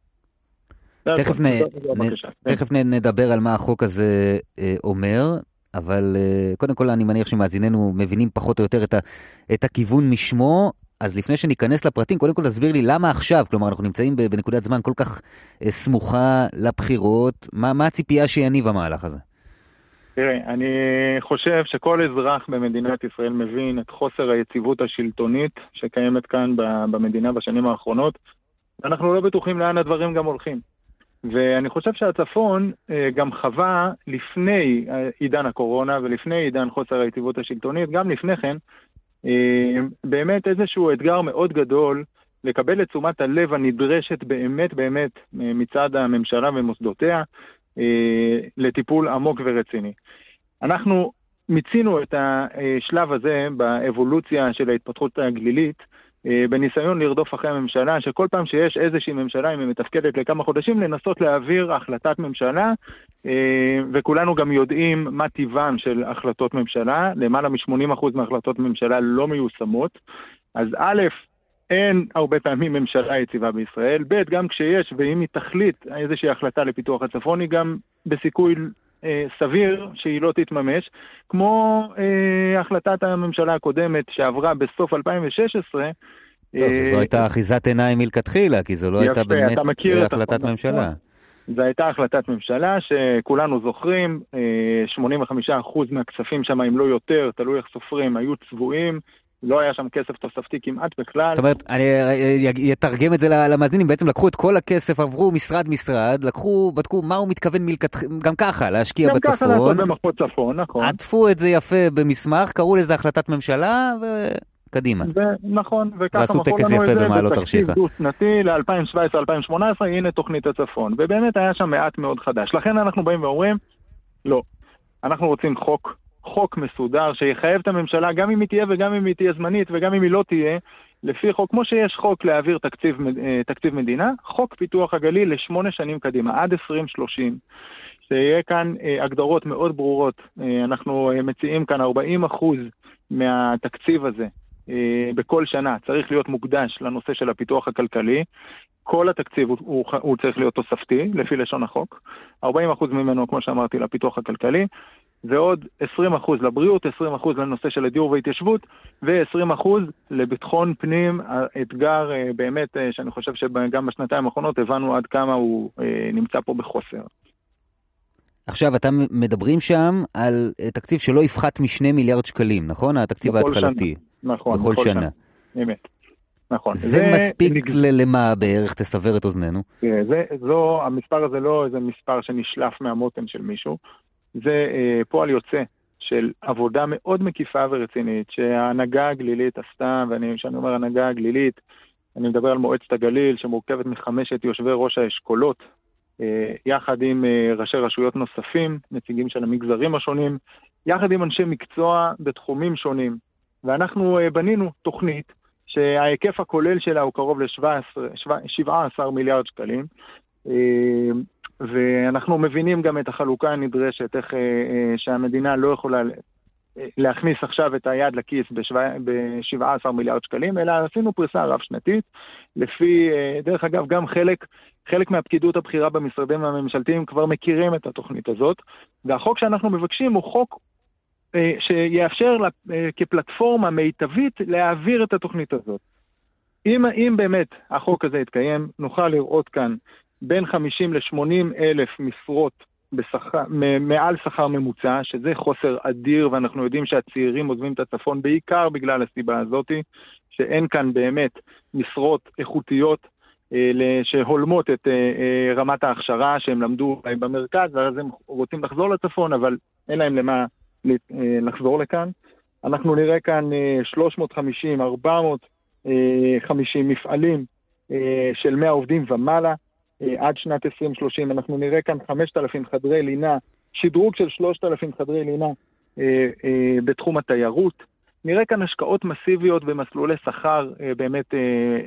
S2: תכף, נ... נ... תכף נדבר על מה החוק הזה אומר, אבל קודם כל אני מניח שמאזיננו מבינים פחות או יותר את, ה... את הכיוון משמו. אז לפני שניכנס לפרטים, קודם כל תסביר לי למה עכשיו, כלומר אנחנו נמצאים בנקודת זמן כל כך אה, סמוכה לבחירות, מה, מה הציפייה שיניב המהלך הזה?
S6: תראה, אני חושב שכל אזרח במדינת ישראל מבין את חוסר היציבות השלטונית שקיימת כאן במדינה בשנים האחרונות, ואנחנו לא בטוחים לאן הדברים גם הולכים. ואני חושב שהצפון אה, גם חווה לפני עידן הקורונה ולפני עידן חוסר היציבות השלטונית, גם לפני כן, באמת איזשהו אתגר מאוד גדול לקבל את תשומת הלב הנדרשת באמת באמת מצד הממשלה ומוסדותיה לטיפול עמוק ורציני. אנחנו מיצינו את השלב הזה באבולוציה של ההתפתחות הגלילית בניסיון לרדוף אחרי הממשלה, שכל פעם שיש איזושהי ממשלה, אם היא מתפקדת לכמה חודשים, לנסות להעביר החלטת ממשלה, וכולנו גם יודעים מה טבעם של החלטות ממשלה, למעלה מ-שמונים אחוז מהחלטות ממשלה לא מיושמות, אז א', אין הרבה פעמים ממשלה יציבה בישראל, ב', גם כשיש, ואם היא תחליט איזושהי החלטה לפיתוח הצפון, היא גם בסיכוי אה, סביר שהיא לא תתממש, כמו אה, החלטת הממשלה הקודמת שעברה בסוף אלפיים ושש עשרה.
S2: טוב, אה, זו הייתה אחיזת עיניים מלכתחילה, כי זו לא
S6: יפה,
S2: הייתה באמת החלטת ממשלה.
S6: זו הייתה החלטת ממשלה שכולנו זוכרים, שמונים וחמישה אחוז מהכספים שם, אם לא יותר, תלוי איך סופרים, היו צבועים, לא היה שם כסף תוספתי כמעט בכלל. זאת
S2: אומרת, אני אתרגם את זה למאזינים, בעצם לקחו את כל הכסף, עברו משרד משרד, לקחו, בדקו מה הוא מתכוון גם ככה, להשקיע בצפון.
S6: גם ככה לעשות במחוז צפון, נכון.
S2: עטפו את זה יפה במסמך, קראו לזה החלטת ממשלה, וקדימה.
S6: נכון, וככה
S2: ועשו טקס יפה במעלות תרשיחא.
S6: בתקציב דו-שנתי ל-אלפיים שבע עשרה אלפיים שמונה עשרה, הנה תוכנית הצפון. ובאמת היה שם מעט מאוד חדש. לכן אנחנו באים ואומרים, לא, אנחנו רוצים חוק. חוק מסודר שיחייב את הממשלה, גם אם היא תהיה וגם אם היא תהיה זמנית וגם אם היא לא תהיה, לפי חוק, כמו שיש חוק להעביר תקציב, תקציב מדינה, חוק פיתוח הגליל לשמונה שנים קדימה, עד עשרים שלושים, שיהיה כאן הגדרות מאוד ברורות. אנחנו מציעים כאן ארבעים אחוז מהתקציב הזה בכל שנה, צריך להיות מוקדש לנושא של הפיתוח הכלכלי, כל התקציב הוא, הוא, הוא צריך להיות תוספתי, לפי לשון החוק, ארבעים אחוז ממנו, כמו שאמרתי, לפיתוח הכלכלי, ועוד עשרים אחוז לבריאות, עשרים אחוז לנושא של הדיור והתיישבות, ו-עשרים אחוז לביטחון פנים, האתגר באמת, שאני חושב שגם בשנתיים האחרונות הבנו עד כמה הוא נמצא פה בחוסר.
S2: עכשיו, אתם מדברים שם על תקציב שלא יפחת משני מיליארד שקלים, נכון? התקציב ההתחלתי.
S6: נכון,
S2: בכל
S6: בכל
S2: שנה.
S6: שנה. באמת. נכון.
S2: זה, זה מספיק נגז... למה בערך, תסבר את אוזננו?
S6: זה, זו, המספר הזה לא איזה מספר שנשלף מהמותן של מישהו, זה אה, פועל יוצא של עבודה מאוד מקיפה ורצינית, שההנהגה הגלילית עשתה, ואני שאני אומר הנהגה הגלילית, אני מדבר על מועצת הגליל, שמורכבת מחמשת יושבי ראש האשכולות, אה, יחד עם אה, ראשי רשויות נוספים, נציגים של המגזרים השונים, יחד עם אנשי מקצוע בתחומים שונים, ואנחנו אה, בנינו תוכנית, שההיקף הכולל שלה הוא קרוב ל-שבעה עשר מיליארד שקלים, ואנחנו מבינים גם את החלוקה הנדרשת, איך שהמדינה לא יכולה להכניס עכשיו את היד לכיס ב-שבעה עשר מיליארד שקלים, אלא עשינו פריסה רב שנתית, לפי, דרך אגב, גם חלק, חלק מהפקידות הבחירה במשרדים הממשלתיים כבר מכירים את התוכנית הזאת, והחוק שאנחנו מבקשים הוא חוק שיאפשר כפלטפורמה מיטבית להעביר את התוכנית הזאת. אם, אם באמת החוק הזה יתקיים, נוכל לראות כאן בין חמישים ל-שמונים אלף משרות בשכר, מעל שכר ממוצע, שזה חוסר אדיר, ואנחנו יודעים שהצעירים עוזבים את הצפון בעיקר בגלל הסיבה הזאת, שאין כאן באמת משרות איכותיות שהולמות את רמת ההכשרה שהם למדו במרכז, ואז הם רוצים לחזור לצפון, אבל אין להם למה לחזור לכאן. אנחנו נראה כאן שלוש מאות וחמישים עד ארבע מאות וחמישים מפעלים של מאה עובדים ומעלה, עד שנת עשרים שלושים. אנחנו נראה כאן חמשת אלפים חדרי לינה, שדרוג של שלושת אלפים חדרי לינה בתחום התיירות. נראה כאן השקעות מסיביות במסלולי שכר, באמת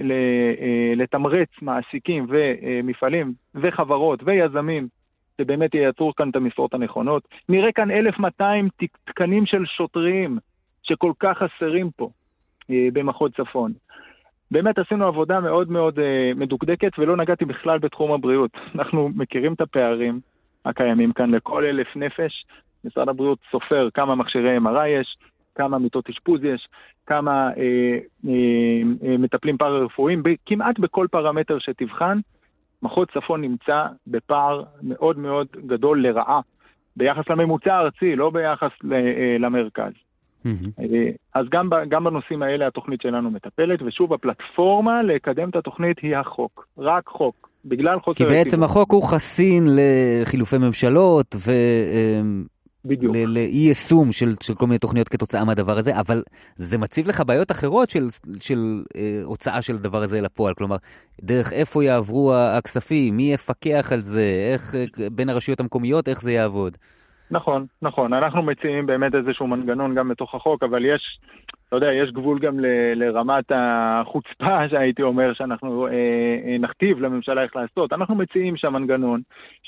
S6: לתמרץ מעסיקים ומפעלים וחברות ויזמים, שבאמת ייצרו כאן את המשרות הנכונות. נראה כאן אלף ומאתיים תקנים של שוטרים שכל כך חסרים פה במחוז צפון. באמת עשינו עבודה מאוד מאוד מדוקדקת, ולא נגעתי בכלל בתחום הבריאות. אנחנו מכירים את הפערים הקיימים כאן לכל אלף נפש. משרד הבריאות סופר כמה מכשירי אם אר איי יש, כמה מיטות אשפוז יש, כמה אה, אה, מטפלים פארה-רפואיים, כמעט בכל פרמטר שתבחן. מחוז צפון נמצא בפער מאוד מאוד גדול לרעה, ביחס לממוצע הארצי, לא ביחס למרכז. Mm-hmm. אז גם, גם בנושאים האלה התוכנית שלנו מטפלת, ושוב הפלטפורמה לקדם את התוכנית היא החוק, רק חוק, בגלל חוסר...
S2: כי בעצם הציבור. החוק הוא חסין לחילופי ממשלות ו... בדיוק. לאי יישום של, של כל מיני תוכניות כתוצאה מהדבר הזה, אבל זה מציב לך בעיות אחרות של, של אה, הוצאה של דבר הזה לפועל, כלומר, דרך איפה יעברו הכספים, מי יפקח על זה, איך, בין הרשויות המקומיות, איך זה יעבוד.
S6: נכון, נכון, אנחנו מציעים באמת איזשהו מנגנון גם בתוך החוק, אבל יש, אתה יודע, יש גבול גם ל, לרמת החוצפה שהייתי אומר שאנחנו אה, אה, נכתיב לממשלה איך לעשות. אנחנו מציעים שהמנגנון,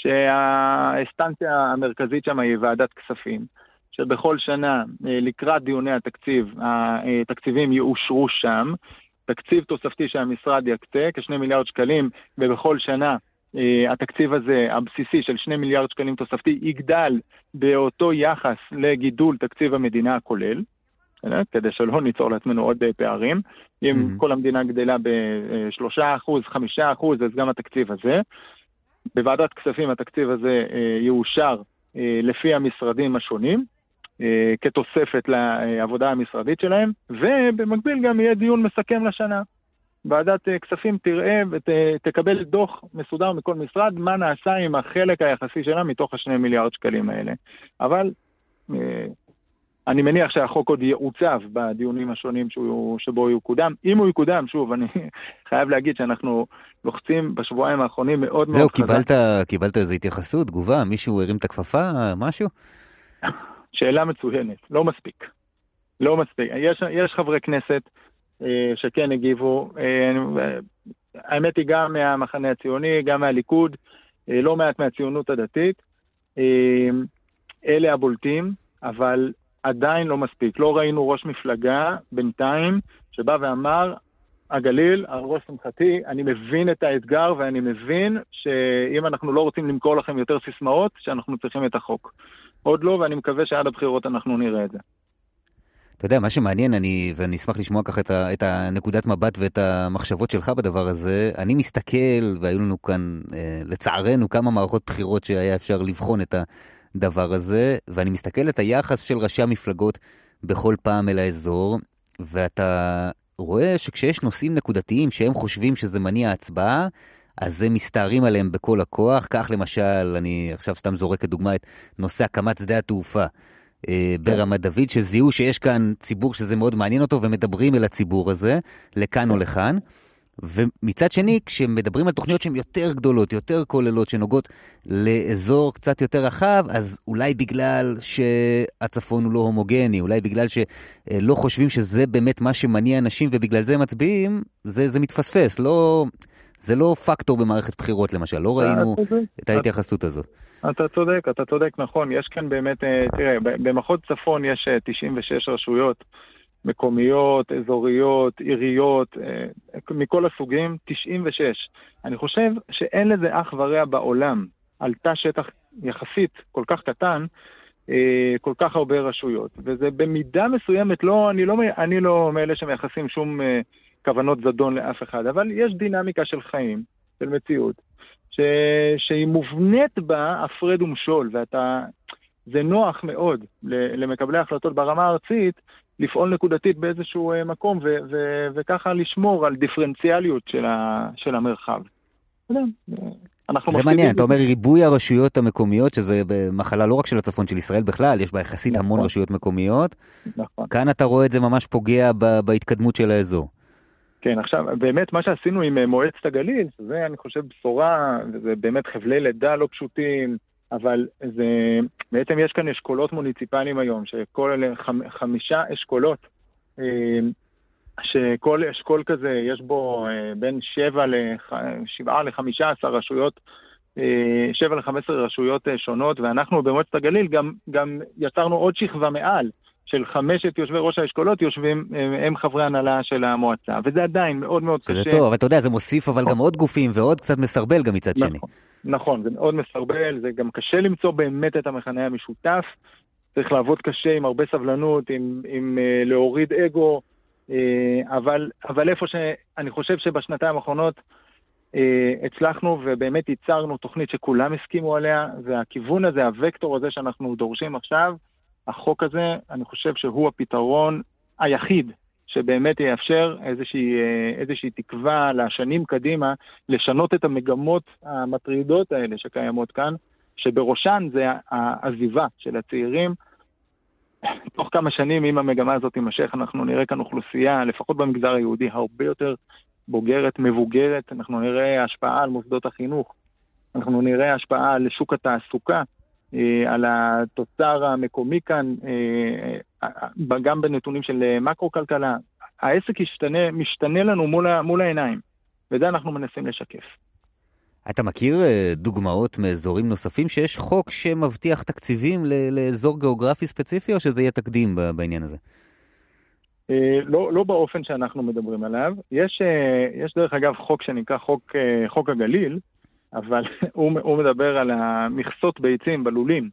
S6: שהאסטנציה המרכזית שם היא ועדת כספים, שבכל שנה אה, לקראת דיוני התקציב, התקציבים יאושרו שם, תקציב תוספתי שהמשרד יקצה, כשני מיליארד שקלים, ובכל שנה Uh, התקציב הזה, הבסיסי של שני מיליארד שקלים תוספתי, יגדל באותו יחס לגידול תקציב המדינה הכולל, uh, כדי שלא ניצור לעצמנו עוד uh, פערים. Mm-hmm. אם כל המדינה גדלה ב-שלושה אחוז, חמישה אחוז, אז גם התקציב הזה. בוועדת כספים התקציב הזה uh, יאושר uh, לפי המשרדים השונים, uh, כתוספת לעבודה המשרדית שלהם, ובמקביל גם יהיה דיון מסכם לשנה. ועדת כספים תראה ותקבל דוח מסודר מכל משרד, מה נעשה עם החלק היחסי שלה מתוך השני מיליארד שקלים האלה. אבל אני מניח שהחוק עוד יעוצב בדיונים השונים שהוא, שבו הוא יקודם. אם הוא יקודם, שוב, אני חייב להגיד שאנחנו לוחצים בשבועיים האחרונים מאוד מאוד חזק. זהו,
S2: קיבלת, קיבלת איזו התייחסות, תגובה? מישהו הרים את הכפפה, משהו?
S6: שאלה מצוינת, לא מספיק. לא מספיק. יש, יש חברי כנסת שכן הגיבו, האמת היא גם מהמחנה הציוני, גם מהליכוד, לא מעט מהציונות הדתית, אלה הבולטים, אבל עדיין לא מספיק. לא ראינו ראש מפלגה בינתיים שבא ואמר, הגליל, על ראש שמחתי, אני מבין את האתגר ואני מבין שאם אנחנו לא רוצים למכור לכם יותר סיסמאות, שאנחנו צריכים את החוק. עוד לא, ואני מקווה שעד הבחירות אנחנו נראה את זה.
S2: אתה יודע, מה שמעניין, אני, ואני אשמח לשמוע ככה את, ה, את הנקודת מבט ואת המחשבות שלך בדבר הזה, אני מסתכל, והיו לנו כאן, אה, לצערנו, כמה מערכות בחירות שהיה אפשר לבחון את הדבר הזה, ואני מסתכל את היחס של ראשי המפלגות בכל פעם אל האזור, ואתה רואה שכשיש נושאים נקודתיים שהם חושבים שזה מניע הצבעה, אז הם מסתערים עליהם בכל הכוח. כך למשל, אני עכשיו סתם זורק כדוגמה את נושא הקמת שדה התעופה, ברמת דוד, שזיהו שיש כאן ציבור שזה מאוד מעניין אותו, ומדברים אל הציבור הזה, לכאן או לכאן, ומצד שני, כשמדברים על תוכניות שהן יותר גדולות, יותר כוללות, שנוגעות לאזור קצת יותר רחב, אז אולי בגלל שהצפון הוא לא הומוגני, אולי בגלל שלא חושבים שזה באמת מה שמניע אנשים, ובגלל זה מצביעים, זה, זה מתפספס. לא, זה לא פקטור במערכת בחירות, למשל. לא ראינו את ההתייחסות הזאת.
S6: אתה צודק, אתה צודק, נכון. יש כאן באמת, תראה, במחוז צפון יש תשעים ושש רשויות, מקומיות, אזוריות, עיריות, מכל הסוגים, תשעים ושש. אני חושב שאין לזה אח ורע בעולם, על תא שטח יחסית כל כך קטן, כל כך הרבה רשויות. וזה במידה מסוימת, לא, אני לא, אני לא מאלה שמייחסים שום כוונות זדון לאף אחד, אבל יש דינמיקה של חיים, של מציאות, ש, שהיא מובנית בה הפרד ומשול, ואתה, זה נוח מאוד למקבלי החלטות ברמה הארצית, לפעול נקודתית באיזשהו מקום, ו- ו- וככה לשמור על דיפרנציאליות של, ה- של המרחב.
S2: זה מעניין, אתה אומר ריבוי הרשויות המקומיות, שזה מחלה לא רק של הצפון של ישראל בכלל, יש בה יחסית נכון. המון רשויות מקומיות. נכון. כאן אתה רואה את זה ממש פוגע ב- בהתקדמות של האזור.
S6: כן, עכשיו, באמת מה שעשינו עם מועצת הגליל, זה אני חושב בשורה, וזה באמת חבלי לידה לא פשוטים, אבל זה, בעצם יש כאן אשכולות מוניציפליים היום, שכל אלה חמישה אשכולות, שכל אשכול כזה יש בו בין שבע לשבעה לחמישה עשר רשויות, שבע לחמש עשרה רשויות שונות, ואנחנו במועצת הגליל גם, גם יצרנו עוד שכבה מעל, של חמשת יושבי ראש האשכולות יושבים, הם חברי הנהלה של המועצה, וזה עדיין מאוד מאוד קשה.
S2: זה טוב, אבל אתה יודע, זה מוסיף אבל גם עוד גופים, ועוד קצת מסרבל גם מצד שני.
S6: נכון, זה מאוד מסרבל, זה גם קשה למצוא באמת את המכנה המשותף, צריך לעבוד קשה עם הרבה סבלנות, עם, עם uh, להוריד אגו, uh, אבל, אבל איפה שאני חושב שבשנתיים האחרונות uh, הצלחנו ובאמת ייצרנו תוכנית שכולם הסכימו עליה, והכיוון הזה, הוקטור הזה שאנחנו דורשים עכשיו, החוק הזה, אני חושב שהוא הפתרון היחיד שבאמת יאפשר איזושהי, איזושהי תקווה לשנים קדימה, לשנות את המגמות המטרידות האלה שקיימות כאן, שבראשן זה העזיבה של הצעירים. תוך כמה שנים, אם המגמה הזאת תימשך, אנחנו נראה כאן אוכלוסייה, לפחות במגזר היהודי, הרבה יותר בוגרת, מבוגרת, אנחנו נראה השפעה על מוסדות החינוך, אנחנו נראה השפעה על שוק התעסוקה, על התוצר המקומי כאן, גם בנתונים של מקרו-כלכלה. העסק ישתנה, משתנה לנו מול, מול העיניים, וזה אנחנו מנסים לשקף.
S2: אתה מכיר דוגמאות מאזורים נוספים שיש חוק שמבטיח תקציבים לאזור גיאוגרפי ספציפי, או שזה יהיה תקדים בעניין הזה?
S6: לא, לא באופן שאנחנו מדברים עליו. יש, יש דרך אגב חוק שנקרא חוק, חוק הגליל, אבל הוא, הוא מדבר על המכסות ביצים בלולים.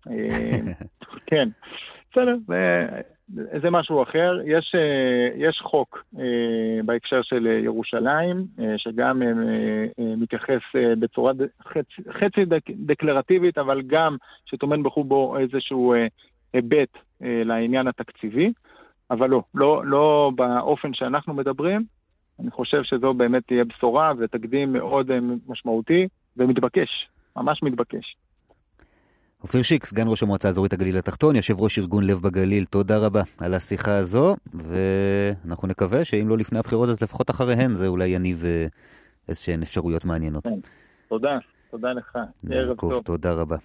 S6: כן, בסדר, זה, זה משהו אחר. יש, יש חוק בהקשר של ירושלים, שגם מתייחס בצורה חצי, חצי דקלרטיבית, אבל גם שתומן בחובו איזשהו היבט לעניין התקציבי, אבל לא, לא, לא באופן שאנחנו מדברים. אני חושב שזו באמת תהיה בשורה ותקדים מאוד משמעותי ומתבקש, ממש מתבקש.
S2: אופיר שיק, סגן ראש המועצה האזורית הגליל התחתון, יושב ראש ארגון לב בגליל, תודה רבה על השיחה הזו, ואנחנו נקווה שאם לא לפני הבחירות אז לפחות אחריהן, זה אולי יניב איזשהן אפשרויות מעניינות.
S6: תודה, תודה לך. ערב טוב.
S2: תודה רבה.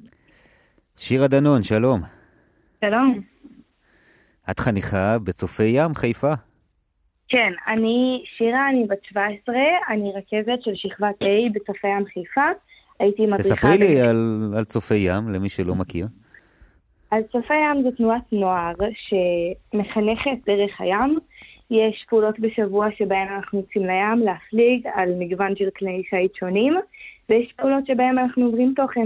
S2: שירה דנון, שלום.
S7: שלום.
S2: את חניכה בצופי ים, חיפה?
S7: כן, אני שירה, אני בת שבע עשרה, אני רכזת של שכבת A בצופי ים חיפה. הייתי מדריכה...
S2: תספרי לי על, על צופי ים, למי שלא מכיר.
S7: אז צופי ים זו תנועת נוער שמחנכת דרך הים. יש פעולות בשבוע שבהן אנחנו יוצאים לים להפליג על מגוון של כלי שיט שונים, ויש פעולות שבהן אנחנו עוברים תוכן.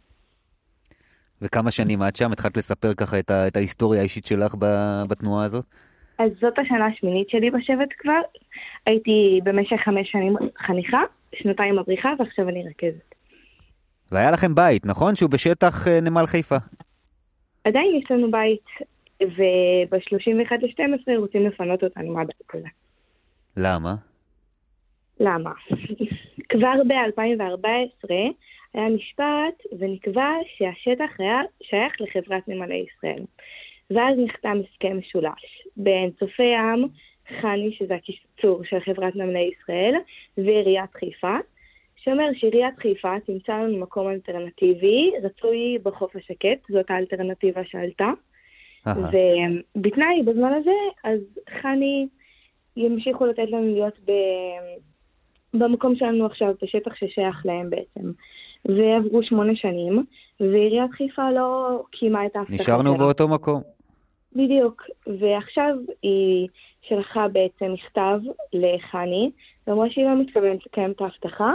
S2: וכמה שנים עד שם? התחלת לספר ככה את, ה, את ההיסטוריה האישית שלך בתנועה הזאת?
S7: אז זאת השנה השמינית שלי בשבט כבר. הייתי במשך חמש שנים חניכה, שנתיים מדריכה, ועכשיו אני רכזת.
S2: והיה לכם בית, נכון? שהוא בשטח נמל חיפה.
S7: עדיין יש לנו בית, וב-שלושים ואחד לשתים עשרה רוצים לפנות אותנו מהבית הזה.
S2: למה?
S7: למה? כבר ב-אלפיים וארבע עשרה היה משפט ונקבע שהשטח היה שייך לחברת נמלי ישראל. ואז נחתם הסכם משולש בין צופי ים חני, שזה הקיצור של חברת נמלי ישראל, ועיריית חיפה, שאומר שעיריית חיפה תמצא לנו מקום אלטרנטיבי, רצוי בחוף השקט, זאת האלטרנטיבה שעלתה, ובתנאי בזמן הזה, אז חני ימשיכו לתת לנו להיות ב... במקום שלנו עכשיו, בשטח ששייך להם בעצם. ועברו שמונה שנים, ועיריית חיפה לא קיימה את ההבטחה שלה.
S2: נשארנו באותו מקום.
S7: בדיוק, ועכשיו היא שלחה בעצם מכתב לחני, ואמרה שהיא לא מתכוונת לקיים את ההבטחה,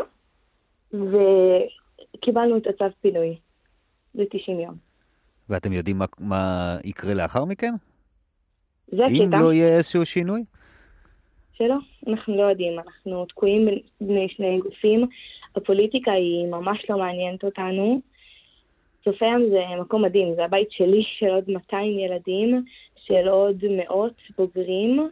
S7: וקיבלנו את הצו פינוי, ל-תשעים יום. ואתם
S2: יודעים מה, מה יקרה לאחר מכן?
S7: זה הקטע.
S2: אם לא יהיה איזשהו שינוי?
S7: שלא, אנחנו לא יודעים, אנחנו תקועים בני שני גופים, הפוליטיקה היא ממש לא מעניינת אותנו, צופה ים זה מקום מדהים, זה הבית שלי של עוד מאתיים ילדים, של עוד מאות בוגרים,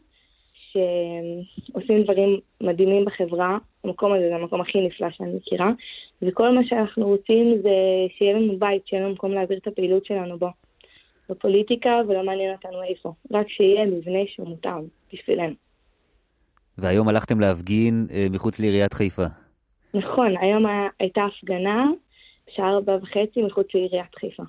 S7: שעושים דברים מדהימים בחברה, המקום הזה זה המקום הכי נפלא שאני מכירה, וכל מה שאנחנו רוצים זה שיהיה לנו בית, שיהיה לנו מקום להעביר את הפעילות שלנו בו, בפוליטיקה ולא מעניין אותנו איפה, רק שיהיה מבנה שהוא מותאם בשבילנו.
S2: והיום הלכתם להפגין אה, מחוץ לעיריית חיפה.
S7: נכון, היום הייתה הפגנה, בשעה ארבע וחצי מחוץ לעיריית חיפה.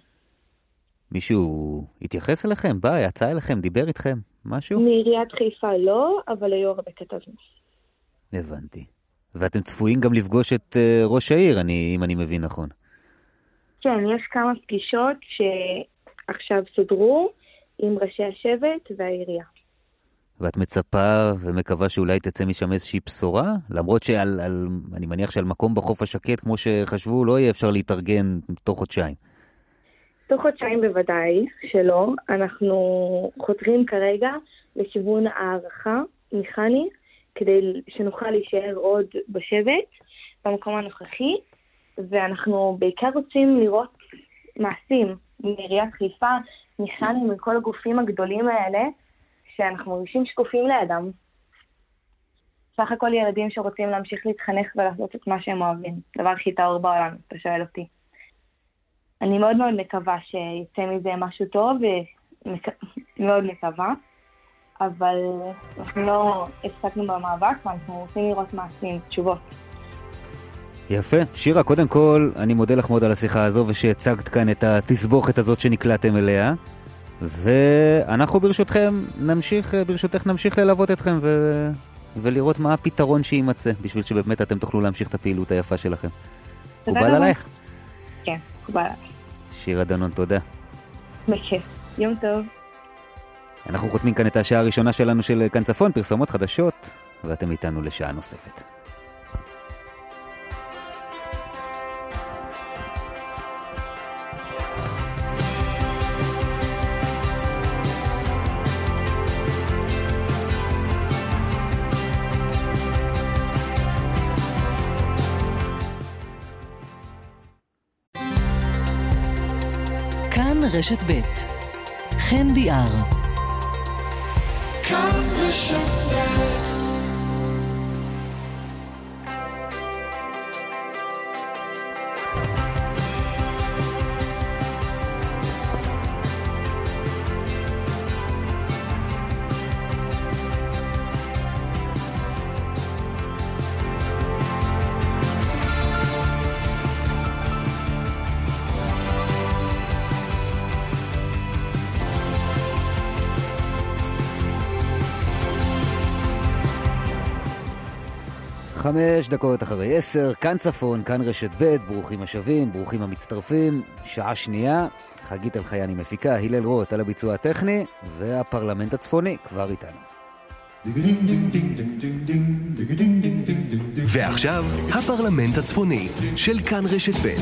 S2: מישהו התייחס אליכם? בא, יצא אליכם, דיבר איתכם? משהו?
S7: מעיריית חיפה לא, אבל היו הרבה כתבים.
S2: הבנתי. ואתם צפויים גם לפגוש את uh, ראש העיר, אני, אם אני מבין נכון.
S7: כן, יש כמה פגישות שעכשיו סודרו עם ראשי השבט והעירייה.
S2: ואת מצפה ומקווה שאולי תצא משם איזושהי בשורה? למרות שעל, על, אני מניח שעל מקום בחוף השקט, כמו שחשבו, לא יהיה אפשר להתארגן תוך חודשיים.
S7: תוך חודשיים בוודאי שלא. אנחנו חותרים כרגע לכיוון הערכה מחני, כדי שנוכל להישאר עוד בשבט, במקום הנוכחי, ואנחנו בעיקר רוצים לראות מעשים מעיריית חיפה, מחני, מכל הגופים הגדולים האלה, שאנחנו מרגישים שקופים לידם. סך הכל ילדים שרוצים להמשיך להתחנך ולעשות את מה שהם אוהבים. דבר הכי טהור בעולם, אתה שואל אותי. אני מאוד מאוד מקווה שיצא מזה משהו טוב, ומאוד מקווה, אבל אנחנו לא הפסקנו במאבק, ואנחנו רוצים לראות מעשים, תשובות.
S2: יפה. שירה, קודם כל, אני מודה לך מאוד על השיחה הזו, ושהצגת כאן את התסבוכת הזאת שנקלעתם אליה. ואנחנו ברשותכם נמשיך, ברשותך נמשיך ללוות אתכם ו... ולראות מה הפתרון שימצא, בשביל שבאמת אתם תוכלו להמשיך את הפעילות היפה שלכם. קובל עלייך?
S7: כן, קובל עלייך.
S2: שירה דנון, תודה.
S7: בכיף, יום טוב.
S2: אנחנו חותמים כאן את השעה הראשונה שלנו של כאן צפון, פרסומות חדשות, ואתם איתנו לשעה נוספת.
S1: רשת ב' חן ביאר. כאן רשת ב'.
S2: חמש דקות אחרי עשר, כאן צפון, כאן רשת ב', ברוכים השבים, ברוכים המצטרפים, שעה שנייה, חגית אלחייני מפיקה, הלל רוט על הביצוע הטכני, והפרלמנט הצפוני כבר איתנו.
S8: ועכשיו, הפרלמנט הצפוני של כאן רשת ב'.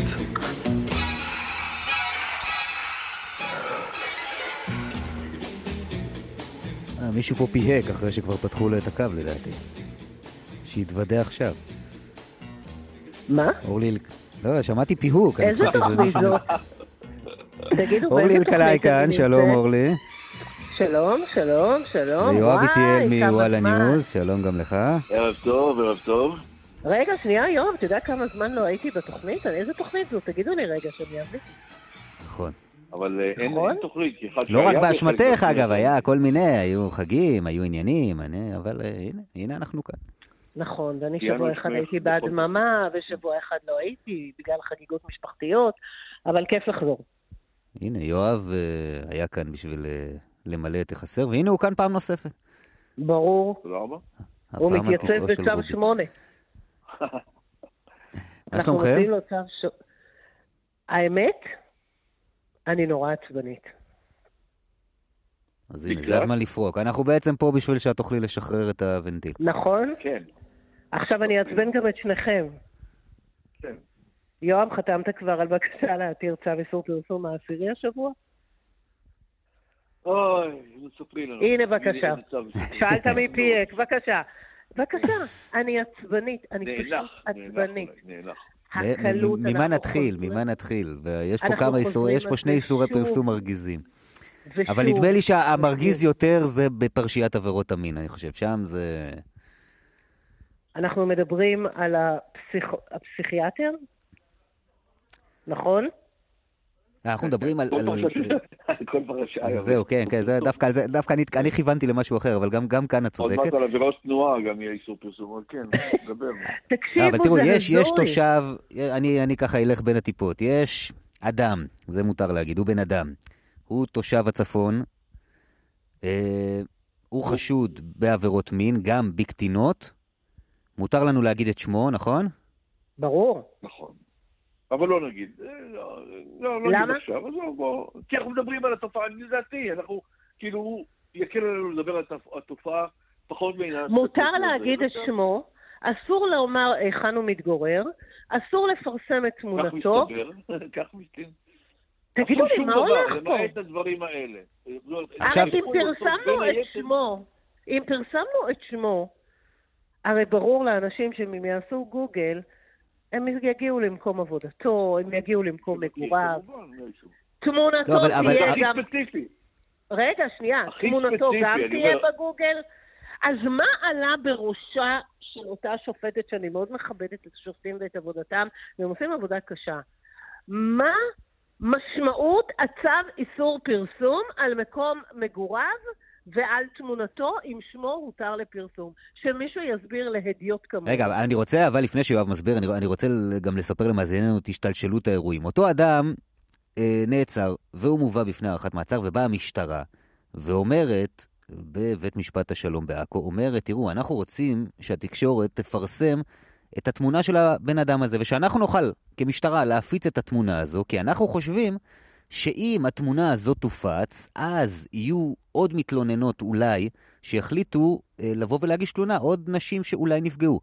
S2: מישהו פה פיהק אחרי שכבר פתחו לו את הקו לדעתי. שיתוודע עכשיו.
S9: מה?
S2: אורלי, לא, שמעתי פיהוק.
S9: איזה תוכנית זאת? תגידו,
S2: אורלי אלקלעי כאן, שלום אורלי.
S9: שלום, שלום, שלום.
S2: ויואב איטיאל מוואלה ניוז, שלום גם לך.
S10: ערב טוב, ערב טוב.
S9: רגע, שנייה, יואב, אתה יודע כמה זמן לא הייתי בתוכנית? איזה תוכנית זאת? תגידו לי רגע שאני אביא.
S2: נכון.
S10: אבל אין תוכנית.
S2: לא רק באשמתך, אגב, היה כל מיני, היו חגים, היו עניינים, אבל הנה, הנה אנחנו כאן.
S9: נכון, ואני שבוע אחד הייתי בהדממה, ושבוע אחד לא הייתי, בגלל חגיגות משפחתיות, אבל כיף לחזור.
S2: הנה, יואב היה כאן בשביל למלא את החסר, והנה הוא כאן פעם נוספת.
S9: ברור.
S10: תודה רבה.
S9: הוא מתייצב בצו שמונה. אנחנו רוצים לו צו ש... האמת, אני נורא עצבנית.
S2: אז הנה, זה הזמן לפרוק. אנחנו בעצם פה בשביל שאת תוכלי לשחרר את הוונטיל.
S9: נכון?
S10: כן.
S9: עכשיו אני אעצבן גם את שניכם.
S10: כן.
S9: יואב, חתמת כבר על בקשה להתיר צו איסור פרסום העשירי השבוע?
S10: אוי, ספרי לנו.
S9: הנה, בבקשה. שאלת מפיק, בבקשה. בבקשה, אני עצבנית, אני פשוט עצבנית.
S10: נהלך,
S9: הקלות,
S2: ממה נתחיל, ממה נתחיל? יש פה כמה איסורים, יש פה שני איסורי פרסום מרגיזים. אבל נדמה לי שהמרגיז יותר זה בפרשיית עבירות המין, אני חושב, שם זה...
S9: אנחנו מדברים על הפסיכיאטר, נכון?
S2: אנחנו מדברים על...
S10: כל פרשה.
S2: זהו, כן, כן, דווקא אני כיוונתי למשהו אחר, אבל גם כאן את צודקת.
S10: עוד מעט על עבירות תנועה גם יהיה איסור פרסום, אבל כן, נדבר.
S9: תקשיבו,
S2: אבל תראו, יש תושב, אני ככה אלך בין הטיפות, יש אדם, זה מותר להגיד, הוא בן אדם, הוא תושב הצפון, הוא חשוד בעבירות מין, גם בקטינות, מותר לנו להגיד את שמו, נכון?
S9: ברור.
S10: נכון. אבל לא נגיד. לא, לא נגיד עכשיו. אז בוא, כי אנחנו מדברים על התופעה, אני לדעתי, אנחנו, כאילו, יקל עלינו לדבר על התופעה פחות מעניין.
S9: מותר להגיד את שמו, אסור לומר היכן הוא מתגורר, אסור לפרסם את תמונתו.
S10: כך מסתבר, כך מסתבר.
S9: תגידו לי, מה הולך פה?
S10: למעט הדברים האלה.
S9: הרי אם פרסמנו את שמו, אם פרסמנו את שמו, הרי ברור לאנשים שהם יעשו גוגל, הם יגיעו למקום עבודתו, הם יגיעו למקום מגוריו. תמונתו תהיה גם... רגע, שנייה, תמונתו גם תהיה בגוגל. אז מה עלה בראשה של אותה שופטת, שאני מאוד מכבדת את השופטים ואת עבודתם, והם עושים עבודה קשה? מה משמעות הצו איסור פרסום על מקום מגוריו ועל תמונתו עם שמו הותר לפרסום? שמישהו יסביר להדיוט כמובן.
S2: רגע, אני רוצה, אבל לפני שיואב מסביר, אני, אני רוצה גם לספר למאזיננו את השתלשלות האירועים. אותו אדם אה, נעצר, והוא מובא בפני הערכת מעצר, ובאה המשטרה, ואומרת, בבית משפט השלום בעכו, אומרת, תראו, אנחנו רוצים שהתקשורת תפרסם את התמונה של הבן אדם הזה, ושאנחנו נוכל כמשטרה להפיץ את התמונה הזו, כי אנחנו חושבים שאם התמונה הזאת תופץ, אז יהיו עוד מתלוננות אולי, שיחליטו אה, לבוא ולהגיש תלונה, עוד נשים שאולי נפגעו.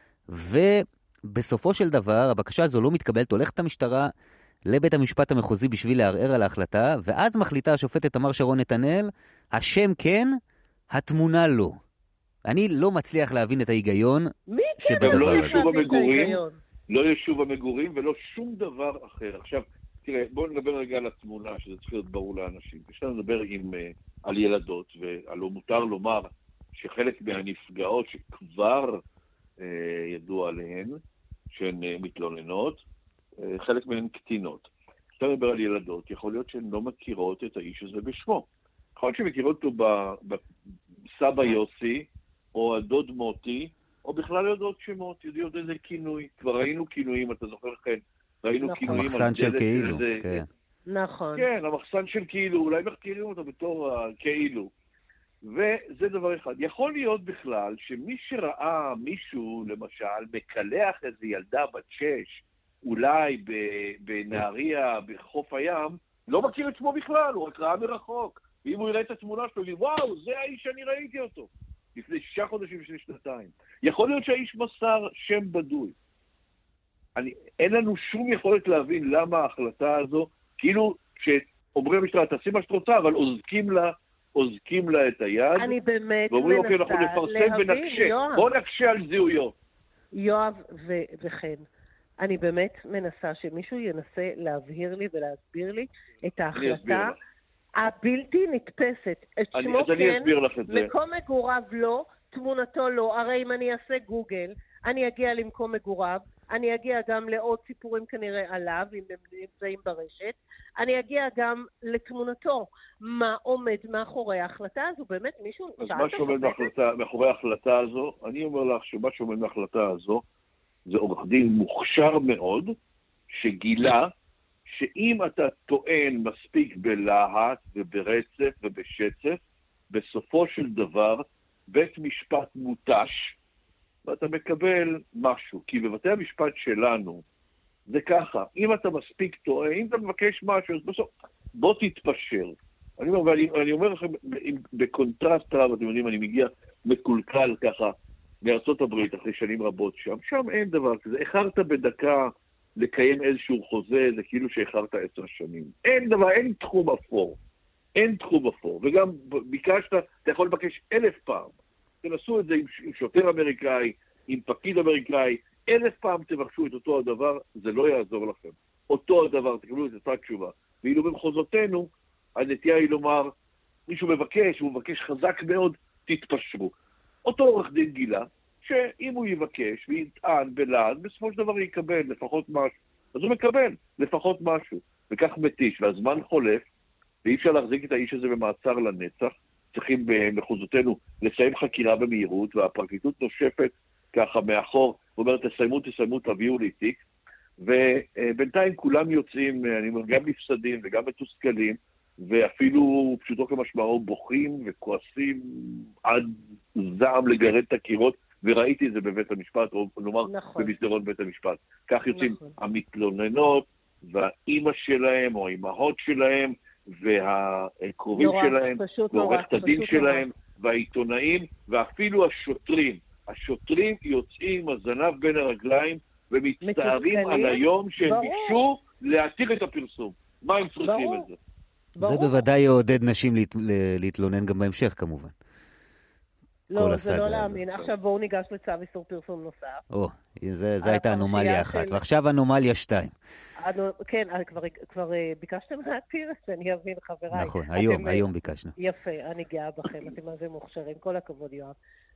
S2: ובסופו של דבר, הבקשה הזו לא מתקבלת, הולכת המשטרה לבית המשפט המחוזי בשביל לערער על ההחלטה, ואז מחליטה השופטת תמר שרון נתנאל, השם כן, התמונה לא. אני לא מצליח להבין את ההיגיון שבדבר
S10: לא
S2: הזה.
S10: יישוב המגורים, לא יישוב המגורים ולא שום דבר אחר. עכשיו, תראה, בואו נדבר רגע על התמונה, שזה צריך להיות ברור לאנשים. יש לנו לדבר עם, uh, על ילדות, ועלו מותר לומר שחלק מהנפגעות שכבר uh, ידוע עליהן, שהן uh, מתלוננות, uh, חלק מהן קטינות. כשאתה מדבר על ילדות, יכול להיות שהן לא מכירות את האיש הזה בשמו. יכול להיות שהן מכירות אותו בסבא יוסי, או הדוד מוטי, או בכלל יודעות שמות, יודעות איזה כינוי. כבר ראינו כינויים, אתה זוכר לכם? ראינו
S9: נכון.
S10: כינויים...
S2: המחסן של כאילו,
S10: זה...
S2: כן.
S9: נכון.
S10: כן, המחסן של כאילו, אולי מכירים אותו בתור כאילו. וזה דבר אחד. יכול להיות בכלל שמי שראה מישהו, למשל, מקלח איזו ילדה בת שש, אולי בנהריה, בחוף הים, לא מכיר את שמו בכלל, הוא רק ראה מרחוק. ואם הוא יראה את התמונה שלו, יגיד, וואו, זה האיש שאני ראיתי אותו. לפני שישה חודשים, לפני שנתיים. יכול להיות שהאיש מסר שם בדוי. אני, אין לנו שום יכולת להבין למה ההחלטה הזו, כאילו שאומרים המשטרה, תעשי מה שאת רוצה, אבל עוזקים לה, עוזקים לה את היד.
S9: אני באמת
S10: ואומרים,
S9: מנסה
S10: אוקיי, אנחנו נפרסם
S9: להבין,
S10: ונקשה.
S9: יואב.
S10: בואו נקשה על זיהויו.
S9: יואב ו- וכן, אני באמת מנסה שמישהו ינסה להבהיר לי ולהסביר לי את ההחלטה הבלתי נתפסת. את שמו כן, מקום מגוריו לא, תמונתו לא. הרי אם אני אעשה גוגל, אני אגיע למקום מגוריו, אני אגיע גם לעוד סיפורים כנראה עליו, אם הם נמצאים ברשת, אני אגיע גם לתמונתו, מה עומד מאחורי ההחלטה הזו, באמת מישהו...
S10: אז מה שעומד מאחורי ההחלטה הזו, אני אומר לך שמה שעומד מההחלטה הזו, זה עורך דין מוכשר מאוד, שגילה שאם אתה טוען מספיק בלהט וברצף ובשצף, בסופו של דבר בית משפט מוטש, ואתה מקבל משהו. כי בבתי המשפט שלנו זה ככה, אם אתה מספיק טוען, אם אתה מבקש משהו, אז בסוף בוא תתפשר. אני אומר, ואני, אני אומר לכם, בקונטרסט רב, אתם יודעים, אני מגיע מקולקל ככה מארצות הברית אחרי שנים רבות שם, שם אין דבר כזה. איחרת בדקה לקיים איזשהו חוזה, זה כאילו שאיחרת עשר שנים. אין דבר, אין תחום אפור. אין תחום אפור. וגם ביקשת, אתה יכול לבקש אלף פעם. תנסו את זה עם, עם שוטר אמריקאי, עם פקיד אמריקאי, אלף פעם תבקשו את אותו הדבר, זה לא יעזור לכם. אותו הדבר, תקבלו את אותה תשובה. ואילו במחוזותינו, הנטייה היא לומר, מישהו מבקש, הוא מבקש חזק מאוד, תתפשרו. אותו עורך דין גילה, שאם הוא יבקש ויטען בלעד, בסופו של דבר יקבל לפחות משהו. אז הוא מקבל לפחות משהו. וכך מתיש, והזמן חולף, ואי אפשר להחזיק את האיש הזה במעצר לנצח. צריכים במחוזותינו לסיים חקירה במהירות, והפרקליטות נושפת ככה מאחור, ואומרת, תסיימו, תסיימו, תביאו לי תיק. ובינתיים כולם יוצאים, אני אומר, גם נפסדים וגם מתוסכלים, ואפילו פשוטו כמשמעו בוכים וכועסים עד זעם לגרד את הקירות, וראיתי את זה בבית המשפט, או נאמר נכון. במסדרון בית המשפט. כך יוצאים נכון. המתלוננות, והאימא שלהם, או האימהות שלהם, והקרובים
S9: נורא,
S10: שלהם, ועורכת הדין שלהם,
S9: נורא.
S10: והעיתונאים, ואפילו השוטרים. השוטרים יוצאים הזנב בין הרגליים, ומצטערים על היום שהם ביקשו להתיר את הפרסום. מה הם צריכים ברור. את זה?
S2: ברור. זה בוודאי יעודד נשים להת... להתלונן גם בהמשך כמובן.
S9: לא, זה לא להאמין. עכשיו בואו ניגש לצו איסור פרסום נוסף.
S2: או, זה הייתה אנומליה אחת, ועכשיו אנומליה שתיים.
S9: כן, כבר ביקשתם להתיר, שאני אבין חבריי.
S2: נכון, היום, היום ביקשנו.
S9: יפה, אני גאה בכם, אתם מה זה מוכשרים, כל הכבוד יואב.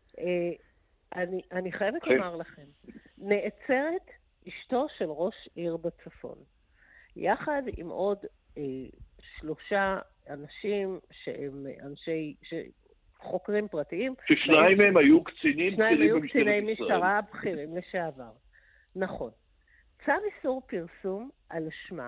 S9: אני חייבת לומר לכם, נעצרת אשתו של ראש עיר בצפון, יחד עם עוד שלושה אנשים שהם אנשי... חוקרים פרטיים.
S10: ששניים מהם היו קצינים
S9: שניים היו קציני משטרה בכירים לשעבר. נכון. צו איסור פרסום על שמה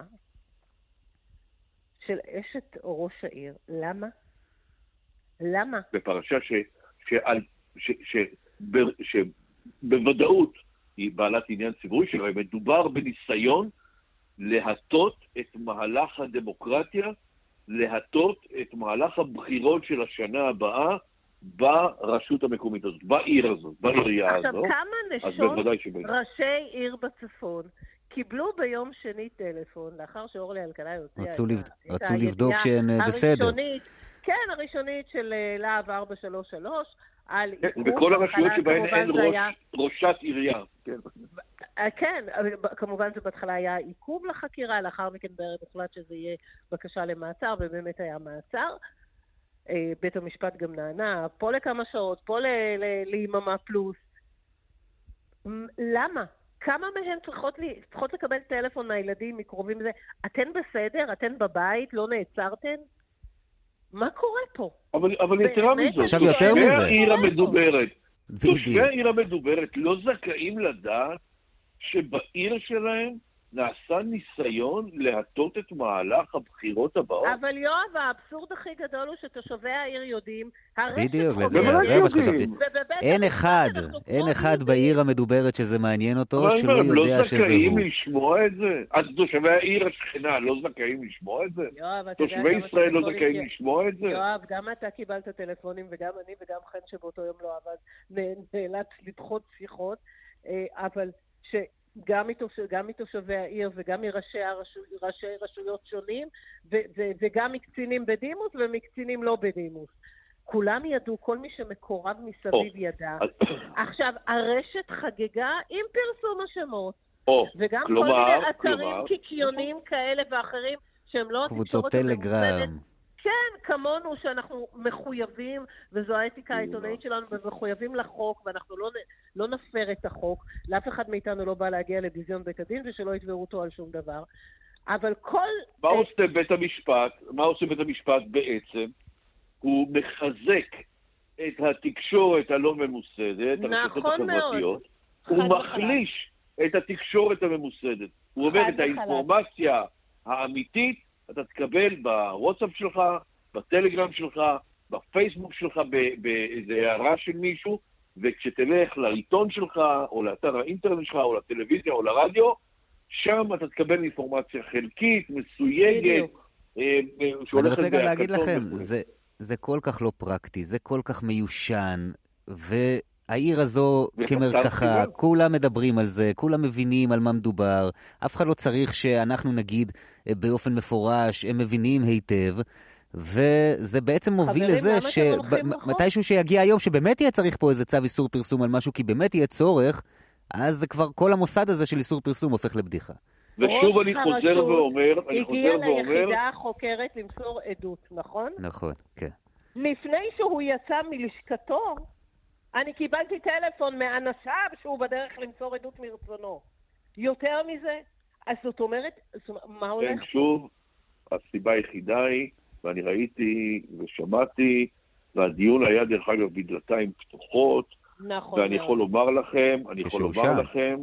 S9: של אשת או ראש העיר. למה? למה?
S10: בפרשה ש... שעל... ש... ש... ב... שבוודאות היא בעלת עניין ציבורי שלו, מדובר בניסיון להטות את מהלך הדמוקרטיה, להטות את מהלך הבחירות של השנה הבאה ברשות המקומית הזאת, בעיר הזאת, בעירייה הזאת.
S9: עכשיו, כמה נשות ראשי עיר בצפון קיבלו ביום שני טלפון, לאחר שאורלי אלקלעי הוציאה
S2: את הידיעה
S9: הראשונית, כן, הראשונית של להב ארבע שלוש שלוש, על עיכוב.
S10: בכל הרשויות שבהן אין ראשת עירייה.
S9: כן, כמובן זה בהתחלה היה עיכוב לחקירה, לאחר מכן בערב הוחלט שזה יהיה בקשה למעצר, ובאמת היה מעצר. בית המשפט גם נענה, פה לכמה שעות, פה ליממה פלוס. למה? כמה מהם צריכות, לי, צריכות לקבל טלפון מהילדים מקרובים לזה? אתן בסדר? אתן בבית? לא נעצרתן? מה קורה פה?
S10: אבל, אבל יתרה מזאת,
S2: עכשיו יותר מזה.
S10: העיר המדוברת, תושבי העיר המדוברת לא זכאים לדעת שבעיר שלהם נעשה ניסיון להטות את מהלך הבחירות הבאות.
S9: אבל יואב, האבסורד הכי גדול הוא שתושבי העיר יודעים,
S2: בדיוק, זה מה שחשבתי. אין אחד, אין אחד בעיר המדוברת שזה מעניין אותו, שלא יודע שזה הוא.
S10: לא זכאים לשמוע את זה? אז תושבי העיר השכנה לא זכאים לשמוע את זה? תושבי ישראל לא זכאים לשמוע את זה?
S9: יואב, גם אתה קיבלת טלפונים, וגם אני וגם חן שבאותו יום לא עבד, נאלץ לדחות שיחות, אבל ש... גם, מתוש... גם מתושבי העיר וגם מראשי הרשו... ראשי רשויות שונים ו... ו... וגם מקצינים בדימוס ומקצינים לא בדימוס. כולם ידעו, כל מי שמקורב מסביב oh. ידע. עכשיו, הרשת חגגה עם פרסום השמות.
S10: Oh.
S9: וגם
S10: כלומר,
S9: כל מיני אתרים
S10: כלומר...
S9: קיקיוניים כאלה ואחרים שהם לא
S2: קבוצות טלגרם.
S9: כן, כמונו שאנחנו מחויבים, וזו האתיקה העיתונאית שלנו, ומחויבים לחוק, ואנחנו לא, לא נפר את החוק. לאף אחד מאיתנו לא בא להגיע לביזיון בית הדין, ושלא יתבעו אותו על שום דבר. אבל כל...
S10: מה עושה בית המשפט? מה עושה בית המשפט בעצם? הוא מחזק את התקשורת הלא ממוסדת,
S9: נכון מאוד.
S10: הוא מחליש את התקשורת הממוסדת. הוא אומר את האינפורמציה האמיתית, אתה תקבל בוואטסאפ שלך, בטלגרם שלך, בפייסבוק שלך, באיזו הערה של מישהו, וכשתלך לעיתון שלך, או לאתר האינטרנט שלך, או לטלוויזיה, או לרדיו, שם אתה תקבל אינפורמציה חלקית, מסויגת,
S2: אני רוצה גם להגיד לכם, זה, זה כל כך לא פרקטי, זה כל כך מיושן, והעיר הזו כמרקחה, כולם מדברים על זה, כולם מבינים על מה מדובר, אף אחד לא צריך שאנחנו נגיד באופן מפורש, הם מבינים היטב, וזה בעצם מוביל לזה שמתישהו שיגיע היום שבאמת יהיה צריך פה איזה צו איסור פרסום על משהו, כי באמת יהיה צורך, אז זה כבר כל המוסד הזה של איסור פרסום הופך לבדיחה.
S10: ושוב אני חוזר ואומר, אני חוזר ואומר...
S9: הגיע ליחידה החוקרת למסור עדות, נכון?
S2: נכון, כן.
S9: לפני שהוא יצא מלשכתו, אני קיבלתי טלפון מאנשיו שהוא בדרך למסור עדות מרצונו. יותר מזה? אז זאת אומרת, מה הולך?
S10: כן, שוב, הסיבה היחידה היא, ואני ראיתי ושמעתי, והדיון היה דרך אגב בדלתיים פתוחות,
S9: נכון.
S10: ואני יכול לומר לכם, אני יכול לומר לכם,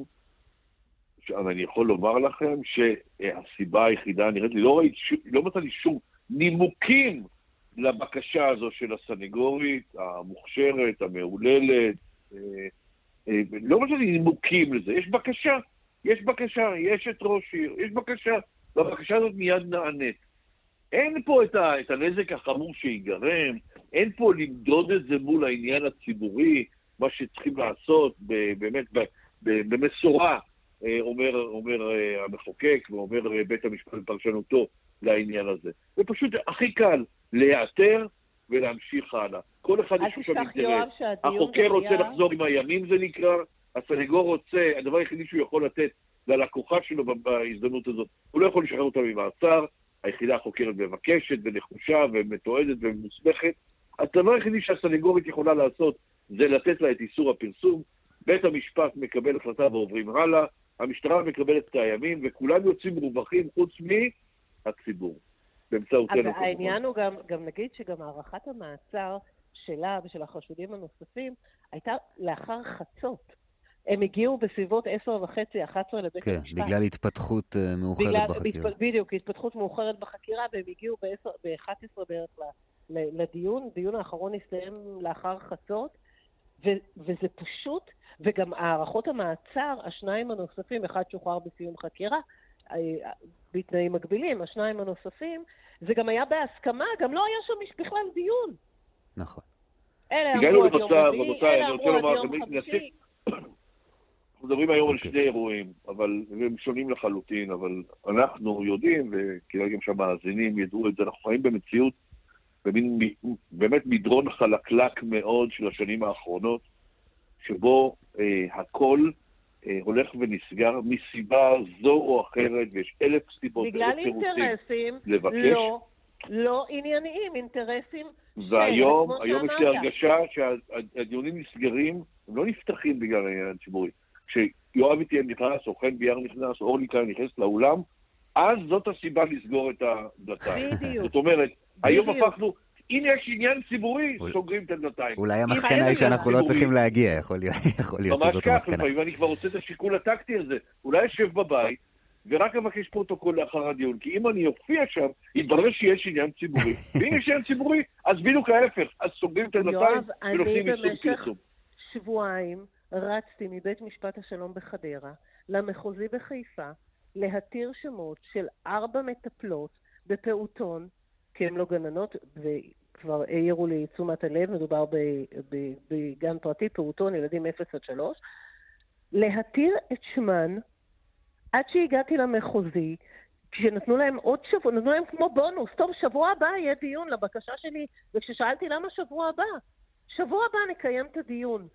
S10: אני יכול לומר לכם שהסיבה היחידה, נראית לי, לא ראיתי, לא מצא לי שום נימוקים לבקשה הזו של הסנגורית, המוכשרת, המעוללת, לא מצא לי נימוקים לזה, יש בקשה, יש בקשה, יש את ראש עיר, יש בקשה, והבקשה הזאת מיד נענית. אין פה את, ה, את הנזק החמור שיגרם, אין פה למדוד את זה מול העניין הציבורי, מה שצריכים לעשות באמת במסורה, אומר, אומר המחוקק ואומר בית המשפט בפרשנותו לעניין הזה. זה פשוט הכי קל להיעתר ולהמשיך הלאה. כל אחד יש שם אינטרס. החוקר רוצה היה... לחזור עם הימים זה נקרא, הסנגור רוצה, הדבר היחידי שהוא יכול לתת ללקוחה שלו בהזדמנות הזאת, הוא לא יכול לשחרר אותה ממעצר, היחידה החוקרת מבקשת ונחושה ומתועדת ומוסמכת. הדבר היחידי שהסנגורית יכולה לעשות זה לתת לה את איסור הפרסום, בית המשפט מקבל החלטה ועוברים הלאה, המשטרה מקבלת את הימים, וכולם יוצאים מרווחים חוץ מהציבור.
S9: אבל העניין הוא גם, גם נגיד שגם הערכת המעצר שלה ושל החשודים הנוספים הייתה לאחר חצות. הם הגיעו בסביבות עשר וחצי, אחת עשרה לבית
S2: כן,
S9: המשפט.
S2: בגלל התפתחות מאוחרת בגלל, בחקירה.
S9: בדיוק, התפתחות מאוחרת בחקירה, והם הגיעו ב-אחת עשרה בערך לדיון. דיון האחרון הסתיים לאחר חצות, ו- וזה פשוט, וגם הערכות המעצר, השניים הנוספים, אחד שוחרר בסיום חקירה, בתנאים מגבילים, השניים הנוספים, זה גם היה בהסכמה, גם לא היה שם בכלל דיון.
S2: נכון.
S9: אלה אמרו עד יום רביעי, אלה אמרו עד יום חמישי.
S10: אנחנו מדברים היום על שני אירועים, אבל הם שונים לחלוטין, אבל אנחנו יודעים, וכדאי גם שהמאזינים ידעו את זה, אנחנו חיים במציאות, במין באמת מדרון חלקלק מאוד של השנים האחרונות, שבו אה, הכל אה, הולך ונסגר מסיבה זו או אחרת, ויש אלף סיבות
S9: בגלל אינטרסים
S10: לבקש.
S9: לא, לא ענייניים, אינטרסים
S10: והיום, היום יש לי הרגשה שהדיונים נסגרים, הם לא נפתחים בגלל העניין הציבורי. כשיואב איתיאל נכנס, או חן ביאר נכנס, או אורלי קאהן נכנס לאולם, אז זאת הסיבה לסגור את הדלתיים.
S9: בדיוק.
S10: זאת אומרת, היום הפכנו, אם יש עניין ציבורי, סוגרים את הדלתיים.
S2: אולי המסקנה היא שאנחנו לא צריכים להגיע, יכול להיות שזאת המסקנה.
S10: ממש כך, ואני כבר רוצה את השיקול הטקטי הזה. אולי יושב בבית, ורק אבקש פרוטוקול לאחר הדיון, כי אם אני אופיע שם, יתברר שיש עניין ציבורי. ואם יש עניין ציבורי, אז בדיוק ההפך, אז סוגרים את הדלתיים ונושאים איסור פרסום.
S9: שבועיים רצתי מבית משפט השלום בחדרה למחוזי בחיפה להתיר שמות של ארבע מטפלות בפעוטון, כי הם לא גננות, וכבר העירו לי תשומת הלב, מדובר בגן פרטי, פעוטון, ילדים אפס עד שלוש, להתיר את שמן עד שהגעתי למחוזי, כשנתנו להם עוד שבוע, נתנו להם כמו בונוס, טוב, שבוע הבא יהיה דיון לבקשה שלי, וכששאלתי למה שבוע הבא, שבוע הבא נקיים את הדיון.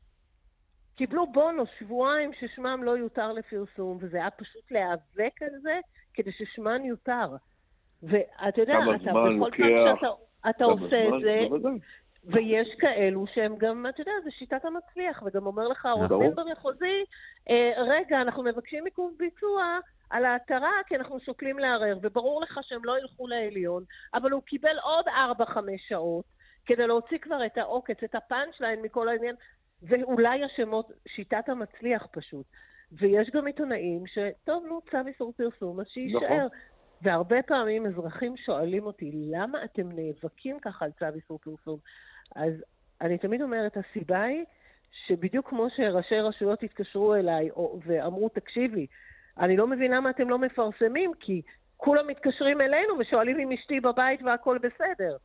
S9: קיבלו בונוס שבועיים ששמם לא יותר לפרסום, וזה היה פשוט להיאבק על זה כדי ששמן יותר. ואתה יודע, אתה בכל פעם שאתה אתה עושה את זה, ויש כאלו שהם גם, אתה יודע, זה שיטת המצליח, וגם אומר לך, הרופאים במחוזי, רגע, אנחנו מבקשים עיכוב ביצוע על ההתרה, כי אנחנו שוקלים לערער, וברור לך שהם לא ילכו לעליון, אבל הוא קיבל עוד ארבע חמש שעות, כדי להוציא כבר את העוקץ, את הפאנץ' ליין מכל העניין, ואולי השמות, שיטת המצליח פשוט. ויש גם עיתונאים שטוב, נו, צו איסור פרסום, אז שישאר. והרבה פעמים אזרחים שואלים אותי, למה אתם נאבקים ככה על צו איסור פרסום? אז אני תמיד אומרת, הסיבה היא שבדיוק כמו שראשי רשויות התקשרו אליי ואמרו, תקשיבי, אני לא מבינה מה אתם לא מפרסמים, כי כולם מתקשרים אלינו ושואלים אם אשתי בבית והכל בסדר.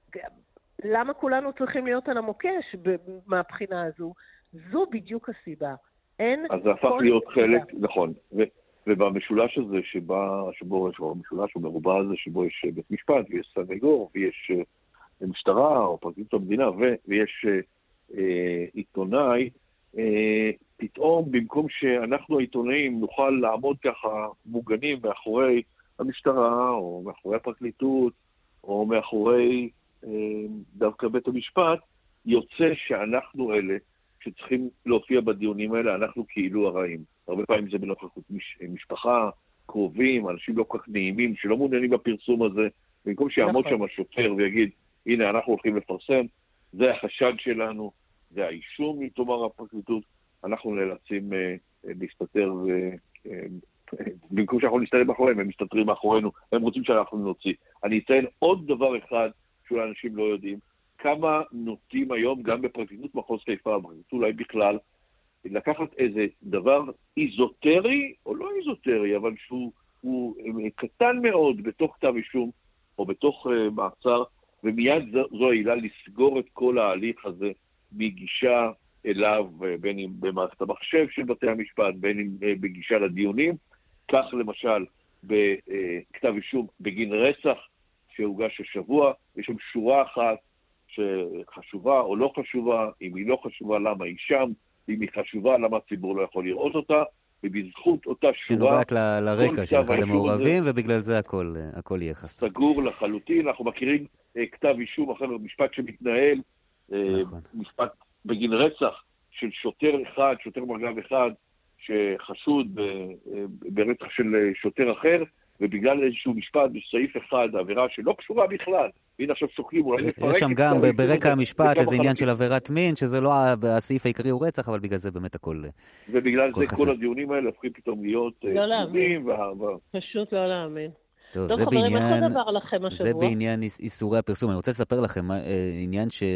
S9: למה כולנו צריכים להיות על המוקש מהבחינה הזו? זו בדיוק הסיבה. אין
S10: אז זה הפך להיות חלק, נכון. ו- ובמשולש הזה, שבה, שבו יש המשולש המרובע הזה, שבו יש בית משפט, ויש סנגור, ויש uh, משטרה, או פרקליטות המדינה, ו- ויש uh, עיתונאי, uh, פתאום, במקום שאנחנו העיתונאים נוכל לעמוד ככה מוגנים מאחורי המשטרה, או מאחורי הפרקליטות, או מאחורי uh, דווקא בית המשפט, יוצא שאנחנו אלה, שצריכים להופיע בדיונים האלה, אנחנו כאילו הרעים. הרבה פעמים זה בנוכחות מש, משפחה, קרובים, אנשים לא כל כך נעימים, שלא מעוניינים בפרסום הזה, במקום שיעמוד שם השוטר ויגיד, הנה, אנחנו הולכים לפרסם, זה החשד שלנו, זה האישום, אם תאמר הפרקליטות, אנחנו נאלצים אה, אה, להסתתר, אה, אה, במקום שאנחנו נסתתר מאחוריהם, הם מסתתרים מאחורינו, הם רוצים שאנחנו נוציא. אני אציין עוד דבר אחד שאולי אנשים לא יודעים, כמה נוטים היום, גם בפרקליטות מחוז חיפה, אולי בכלל, לקחת איזה דבר איזוטרי, או לא איזוטרי, אבל שהוא הוא קטן מאוד בתוך כתב אישום, או בתוך uh, מעצר, ומיד זו, זו העילה לסגור את כל ההליך הזה מגישה אליו, בין אם במערכת המחשב של בתי המשפט, בין אם uh, בגישה לדיונים, כך למשל בכתב אישום בגין רצח שהוגש השבוע, יש שם שורה אחת, שחשובה או לא חשובה, אם היא לא חשובה למה היא שם, אם היא חשובה למה הציבור לא יכול לראות אותה, ובזכות אותה שורה...
S2: שנוגעת ל- לרקע של אחד המעורבים, זה, ובגלל זה הכל, הכל יהיה חסר.
S10: סגור לחלוטין, אנחנו מכירים uh, כתב אישום אחר, משפט שמתנהל, נכון. uh, משפט בגין רצח של שוטר אחד, שוטר מג"ב אחד, שחשוד uh, uh, ברצח של uh, שוטר אחר, ובגלל איזשהו משפט בסעיף אחד, העבירה שלא קשורה בכלל, והנה עכשיו שוקלים, אולי נפרק...
S2: יש שם גם ברקע המשפט איזה עניין של עבירת מין, שזה לא הסעיף העיקרי הוא רצח, אבל בגלל זה באמת הכל...
S10: ובגלל זה כל הדיונים האלה הופכים פתאום להיות...
S9: לא להאמין. פשוט לא להאמין.
S2: טוב, זה בעניין... זה בעניין איסורי הפרסום. אני רוצה לספר לכם עניין ש...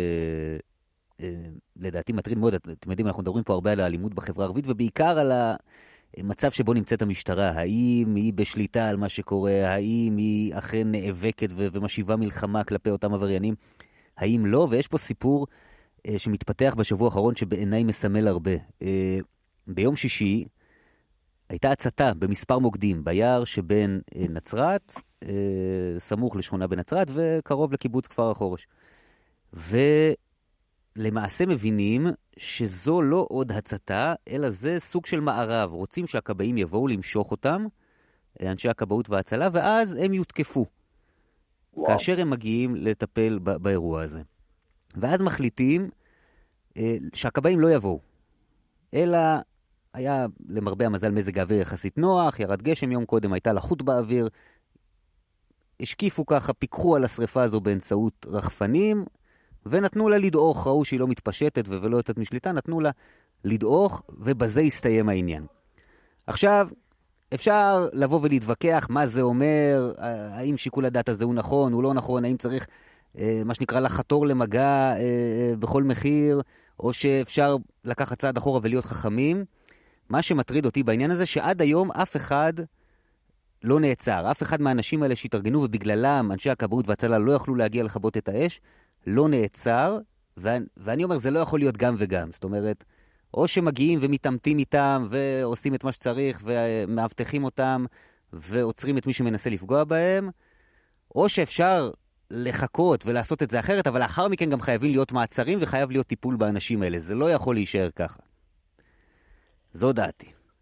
S2: לדעתי מטריד מאוד, אתם יודעים, אנחנו מדברים פה הרבה על האלימות בחברה הערבית, ובעיקר על ה... מצב שבו נמצאת המשטרה, האם היא בשליטה על מה שקורה, האם היא אכן נאבקת ו- ומשיבה מלחמה כלפי אותם עבריינים, האם לא, ויש פה סיפור אה, שמתפתח בשבוע האחרון שבעיניי מסמל הרבה. אה, ביום שישי הייתה הצתה במספר מוקדים, ביער שבין אה, נצרת, אה, סמוך לשכונה בנצרת וקרוב לקיבוץ כפר החורש. ו... למעשה מבינים שזו לא עוד הצתה, אלא זה סוג של מערב. רוצים שהכבאים יבואו למשוך אותם, אנשי הכבאות וההצלה, ואז הם יותקפו. וואו. כאשר הם מגיעים לטפל ב- באירוע הזה. ואז מחליטים אה, שהכבאים לא יבואו. אלא היה למרבה המזל מזג האוויר יחסית נוח, ירד גשם יום קודם, הייתה לחות באוויר. השקיפו ככה, פיקחו על השריפה הזו באמצעות רחפנים, ונתנו לה לדאוך, ראו שהיא לא מתפשטת ולא יוצאת משליטה, נתנו לה לדאוך, ובזה הסתיים העניין. עכשיו, אפשר לבוא ולהתווכח מה זה אומר, האם שיקול הדעת הזה הוא נכון, הוא לא נכון, האם צריך, מה שנקרא, לחתור למגע בכל מחיר, או שאפשר לקחת צעד אחורה ולהיות חכמים. מה שמטריד אותי בעניין הזה, שעד היום אף אחד לא נעצר. אף אחד מהאנשים האלה שהתארגנו, ובגללם אנשי הכבאות והצלה לא יכלו להגיע לכבות את האש, לא נעצר, ואני, ואני אומר, זה לא יכול להיות גם וגם. זאת אומרת, או שמגיעים ומתאמתים איתם, ועושים את מה שצריך, ומאבטחים אותם, ועוצרים את מי שמנסה לפגוע בהם, או שאפשר לחכות ולעשות את זה אחרת, אבל לאחר מכן גם חייבים להיות מעצרים, וחייב להיות טיפול באנשים האלה. זה לא יכול להישאר ככה. זו דעתי.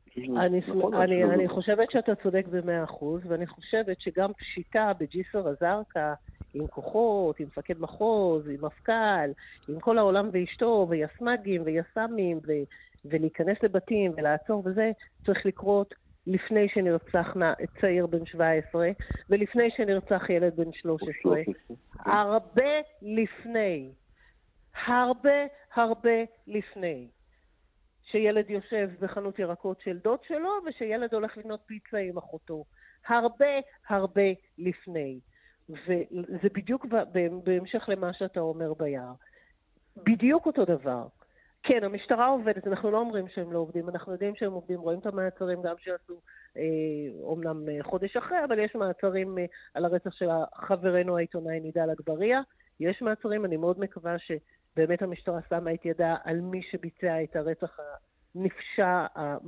S9: אני, נכון, אני, אני חושבת שאתה צודק במאה אחוז, ואני חושבת שגם פשיטה בג'יסר א-זרקא, עם כוחות, עם מפקד מחוז, עם מפכ"ל, עם כל העולם ואשתו, ויסמגים ויסמים, ו, ולהיכנס לבתים ולעצור וזה, צריך לקרות לפני שנרצח צעיר בן שבע עשרה, ולפני שנרצח ילד בן שלוש עשרה. הרבה לפני. הרבה הרבה לפני. שילד יושב בחנות ירקות של דוד שלו, ושילד הולך לקנות פיצה עם אחותו. הרבה הרבה לפני. וזה בדיוק בהמשך למה שאתה אומר ביער. בדיוק אותו דבר. כן, המשטרה עובדת, אנחנו לא אומרים שהם לא עובדים, אנחנו יודעים שהם עובדים, רואים את המעצרים גם שעשו אה, אומנם חודש אחרי, אבל יש מעצרים אה, על הרצח של חברנו העיתונאי נידאל אגבריה, יש מעצרים, אני מאוד מקווה שבאמת המשטרה שמה את ידה על מי שביצע את הרצח הנפשע,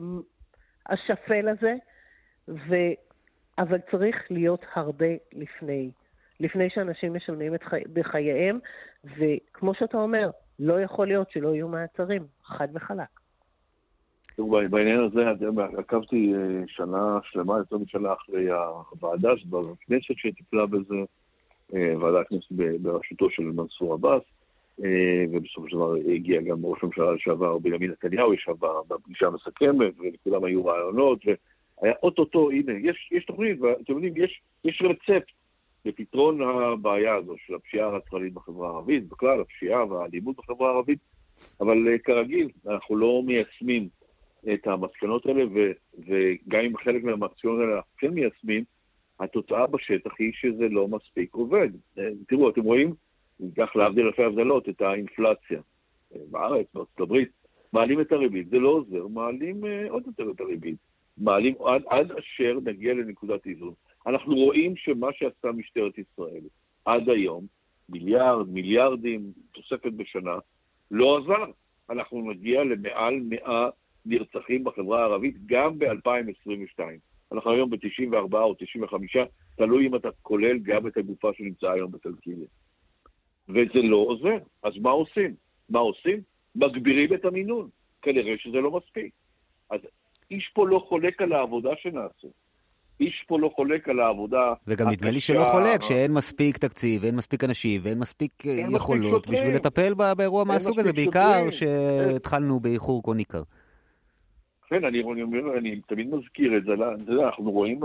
S9: השפל הזה, ו... אבל צריך להיות הרבה לפני, לפני שאנשים משלמים את חי... בחייהם, וכמו שאתה אומר, לא יכול להיות שלא יהיו מעצרים, חד וחלק.
S10: בעניין הזה, עקבתי שנה שלמה, יותר משנה אחרי הוועדה בכנסת שטיפלה בזה, ועדה הכנסת בראשותו של מנסור עבאס, ובסופו של דבר הגיע גם ראש הממשלה לשעבר בנימין נתניהו, ישב בפגישה המסכמת, וכולם היו רעיונות, והיה אוטוטו, הנה, יש, יש תוכנית, ואתם יודעים, יש, יש רצפט לפתרון הבעיה הזו של הפשיעה הרצחנית בחברה הערבית, בכלל הפשיעה והאלימות בחברה הערבית, אבל כרגיל אנחנו לא מיישמים את המסקנות האלה, ו, וגם אם חלק מהמסקנות האלה אנחנו כן מיישמים, התוצאה בשטח היא שזה לא מספיק עובד. תראו, אתם רואים, כך להבדיל אלפי הבדלות, את האינפלציה בארץ, בארצות הברית, מעלים את הריבית, זה לא עוזר, מעלים עוד יותר את הריבית, מעלים עד, עד אשר נגיע לנקודת איזון. אנחנו רואים שמה שעשתה משטרת ישראל עד היום, מיליארד, מיליארדים, תוספת בשנה, לא עזר. אנחנו נגיע למעל מאה נרצחים בחברה הערבית גם ב-אלפיים עשרים ושתיים. אנחנו היום ב-תשעים וארבע או תשעים וחמש, תלוי אם אתה כולל גם את הגופה שנמצא היום בטלקיליה. וזה לא עוזר. אז מה עושים? מה עושים? מגבירים את המינון. כנראה שזה לא מספיק. אז איש פה לא חולק על העבודה שנעשה. איש פה לא חולק על העבודה...
S2: וגם נדמה לי שלא חולק, שאין מספיק תקציב, אין מספיק אנשים, ואין מספיק יכולות בשביל לטפל באירוע מהסוג הזה, בעיקר שהתחלנו באיחור כה ניכר.
S10: כן, אני אומר, אני תמיד מזכיר את זה, אנחנו רואים,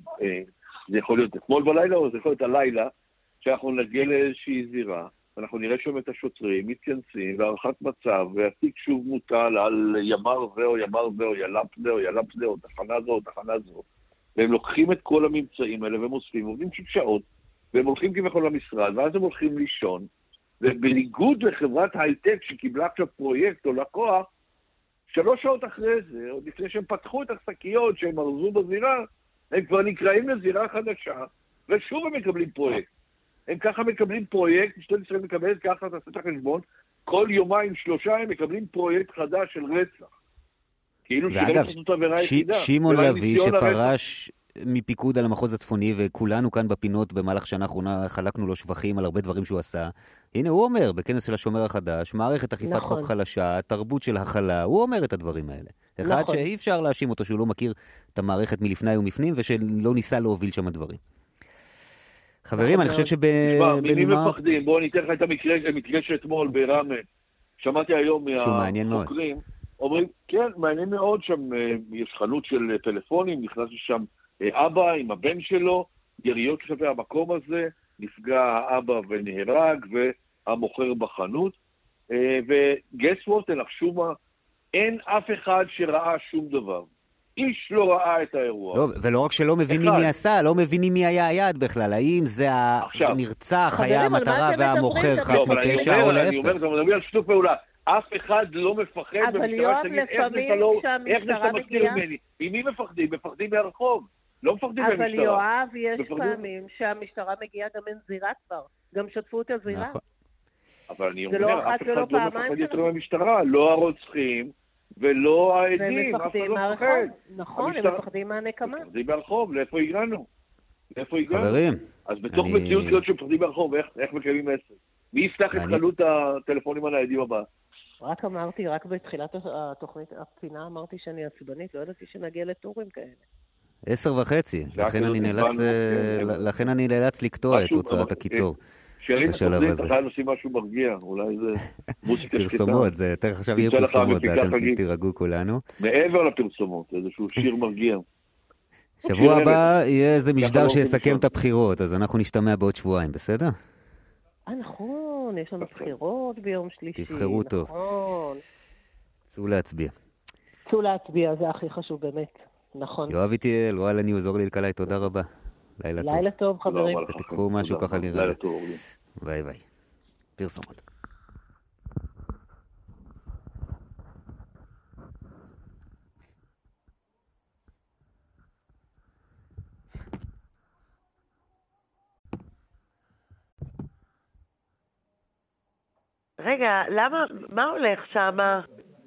S10: זה יכול להיות אתמול בלילה, או זה יכול להיות הלילה, שאנחנו נגיע לאיזושהי זירה, ואנחנו נראה שם את השוטרים מתכנסים, והערכת מצב, והתיק שוב מוטל על ימר זה או ימר זה או ילפ זה או ילפ זה או תחנה זו או תחנה זו. והם לוקחים את כל הממצאים האלה והם אוספים, עובדים של שעות, והם הולכים כביכול למשרד, ואז הם הולכים לישון, ובניגוד לחברת הייטק שקיבלה עכשיו פרויקט או לקוח, שלוש שעות אחרי זה, עוד לפני שהם פתחו את השקיות שהם ארזו בזירה, הם כבר נקראים לזירה חדשה, ושוב הם מקבלים פרויקט. הם ככה מקבלים פרויקט, משטרת ישראל מקבלת ככה, תעשה את החשבון, כל יומיים שלושה הם מקבלים פרויקט חדש של רצח. כאילו
S2: ואגב, שמעון לוי שפרש מפיקוד על המחוז הצפוני, וכולנו כאן בפינות במהלך שנה האחרונה חלקנו לו שבחים על הרבה דברים שהוא עשה. הנה הוא אומר, בכנס של השומר החדש, מערכת אכיפת נכון. חוק חלשה, תרבות של החלה, הוא אומר את הדברים האלה. אחד נכון. שאי אפשר להאשים אותו שהוא לא מכיר את המערכת מלפני ומפנים, ושלא ניסה להוביל שם הדברים. חברים, אני חושב שב...
S10: מי מפחדים? בואו ניתן לך את המקרה שאתמול ברמה. שמעתי היום מהחוקרים, אומרים, כן, מעניין מאוד, שם יש חנות של טלפונים, נכנס לשם אבא עם הבן שלו, יריות שווה המקום הזה, נפגע האבא ונהרג, והמוכר בחנות, וגס ווט, תנחשו מה, אין אף אחד שראה שום דבר. איש לא ראה את האירוע.
S2: לא, ולא רק שלא מבינים מי עשה, לא מבינים מי היה היעד בכלל, האם זה הנרצח, היה המטרה והמוכר חף מפשע או להפך.
S10: אני אומר, אתה מדבר על שיתוף פעולה. אף אחד לא מפחד,
S9: אבל יואב לפעמים שהמשטרה מגיעה...
S10: ממי מפחדים? מפחדים מהרחוב. לא מפחדים מהמשטרה.
S9: אבל יואב, יש פעמים שהמשטרה מגיעה גם אין זירה כבר. גם שתפו את הזירה.
S10: אבל אני אומר, אף אחד לא מפחד יותר מהמשטרה. לא הרוצחים ולא העדים. אף אחד לא מפחד.
S9: נכון, הם מפחדים מהנקמה.
S10: מפחדים מהרחוב, לאיפה הגענו? לאיפה הגענו?
S2: חברים.
S10: אז בתוך מציאות כזאת שמפחדים מהרחוב, איך מקיימים עסק? מי יפתח את חנות הטלפונים הניידים הבאה?
S9: רק אמרתי, רק בתחילת התוכנית הפתינה אמרתי שאני עצבנית, לא ידעתי שנגיע לטורים כאלה.
S2: עשר וחצי, לכן אני נאלץ, לכן אני נאלץ לקטוע את הוצאת הקיטור.
S10: שירים התוכנית, אתה חייב לשים משהו מרגיע, אולי זה מוזיקה שקטה.
S2: פרסומות, זה יותר עכשיו יהיה פרסומות, אתם תירגעו כולנו.
S10: מעבר לפרסומות, איזשהו שיר מרגיע.
S2: שבוע הבא יהיה איזה משדר שיסכם את הבחירות, אז אנחנו נשתמע בעוד שבועיים, בסדר?
S9: אה, נכון, יש לנו בחירות ביום שלישי.
S2: תבחרו טוב. צאו להצביע.
S9: צאו להצביע, זה הכי חשוב באמת. נכון.
S2: יואב איטיאל, וואלה ניוז, אורלי אלקלעי, תודה רבה. לילה טוב.
S9: לילה טוב, חברים.
S2: ותקחו משהו ככה נראה.
S10: לילה טוב.
S2: ביי ביי. פרסומות.
S9: רגע, למה, מה הולך שמה?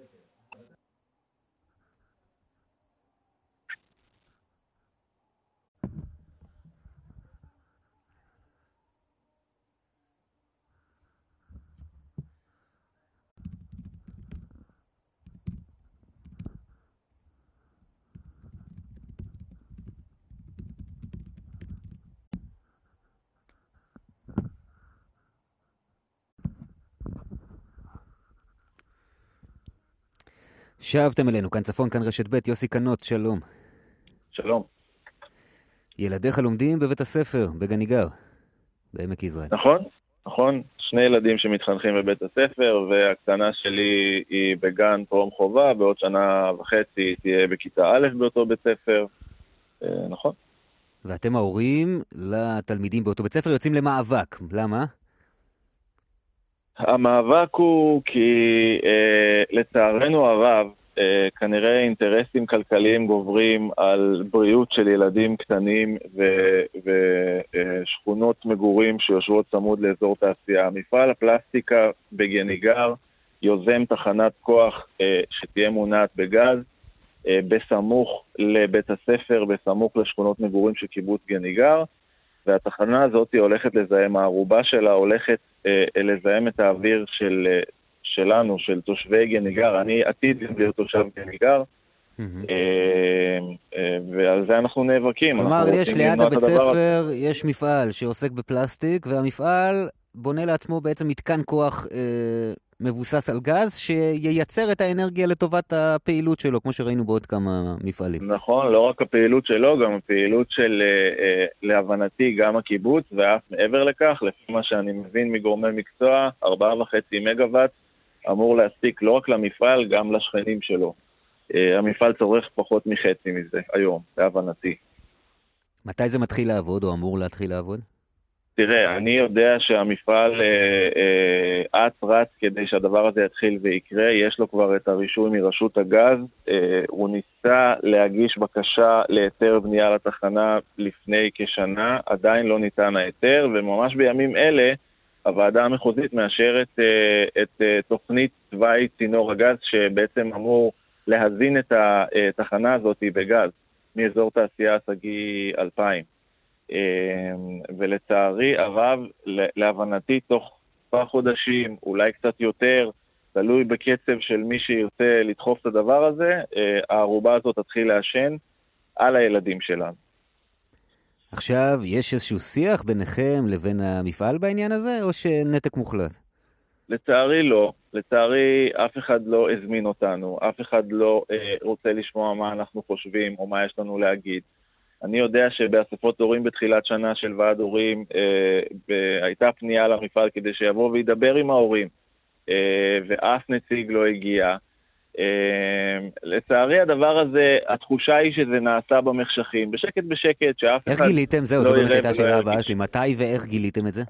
S2: שבתם אלינו, כאן צפון, כאן רשת ב', יוסי קנות, שלום.
S6: שלום.
S2: ילדיך לומדים בבית הספר, בגניגר, בעמק יזרעאל.
S6: נכון, נכון. שני ילדים שמתחנכים בבית הספר, והקטנה שלי היא בגן טרום חובה, בעוד שנה וחצי היא תהיה בכיתה א' באותו בית ספר. נכון.
S2: ואתם ההורים לתלמידים באותו בית ספר יוצאים למאבק, למה?
S6: המאבק הוא כי אה, לצערנו הרב, אה, כנראה אינטרסים כלכליים גוברים על בריאות של ילדים קטנים ושכונות אה, מגורים שיושבות צמוד לאזור תעשייה. מפעל הפלסטיקה בגניגר יוזם תחנת כוח אה, שתהיה מונעת בגז, אה, בסמוך לבית הספר, בסמוך לשכונות מגורים של קיבוץ גניגר, והתחנה הזאת הולכת לזהם, הערובה שלה הולכת אה, לזהם את האוויר של, אה, שלנו, של תושבי גניגר. אני עתיד להיות תושב גניגר, mm-hmm. אה, אה, ועל זה אנחנו נאבקים.
S2: כלומר, יש ליד הבית ספר, יש מפעל שעוסק בפלסטיק, והמפעל בונה לעצמו בעצם מתקן כוח אה, מבוסס על גז, שייצר את האנרגיה לטובת הפעילות שלו, כמו שראינו בעוד כמה מפעלים.
S6: נכון, לא רק הפעילות שלו, גם הפעילות של, אה, להבנתי, גם הקיבוץ, ואף מעבר לכך, לפי מה שאני מבין מגורמי מקצוע, ארבעה וחצי מגוואט אמור להספיק לא רק למפעל, גם לשכנים שלו. אה, המפעל צורך פחות מחצי מזה היום, להבנתי.
S2: מתי זה מתחיל לעבוד, או אמור להתחיל לעבוד?
S6: תראה, אני יודע שהמפעל אה, אה, אץ רץ כדי שהדבר הזה יתחיל ויקרה, יש לו כבר את הרישוי מרשות הגז, אה, הוא ניסה להגיש בקשה להיתר בנייה לתחנה לפני כשנה, עדיין לא ניתן ההיתר, וממש בימים אלה הוועדה המחוזית מאשרת אה, את אה, תוכנית תוואי צינור הגז, שבעצם אמור להזין את התחנה הזאת בגז מאזור תעשייה סגי אלפיים. ולצערי הרב, להבנתי, תוך כמה חודשים, אולי קצת יותר, תלוי בקצב של מי שירצה לדחוף את הדבר הזה, הערובה הזאת תתחיל לעשן על הילדים שלנו.
S2: עכשיו, יש איזשהו שיח ביניכם לבין המפעל בעניין הזה, או שנתק מוחלט?
S6: לצערי לא. לצערי אף אחד לא הזמין אותנו, אף אחד לא אה, רוצה לשמוע מה אנחנו חושבים או מה יש לנו להגיד. אני יודע שבאספות הורים בתחילת שנה של ועד הורים אה, הייתה פנייה למפעל כדי שיבוא וידבר עם ההורים, אה, ואף נציג לא הגיע. אה, לצערי הדבר הזה, התחושה היא שזה נעשה במחשכים, בשקט בשקט, שאף אחד...
S2: איך גיליתם? זהו, זו באמת הייתה שאלה הבאה שלי. מתי ואיך גיליתם את זה?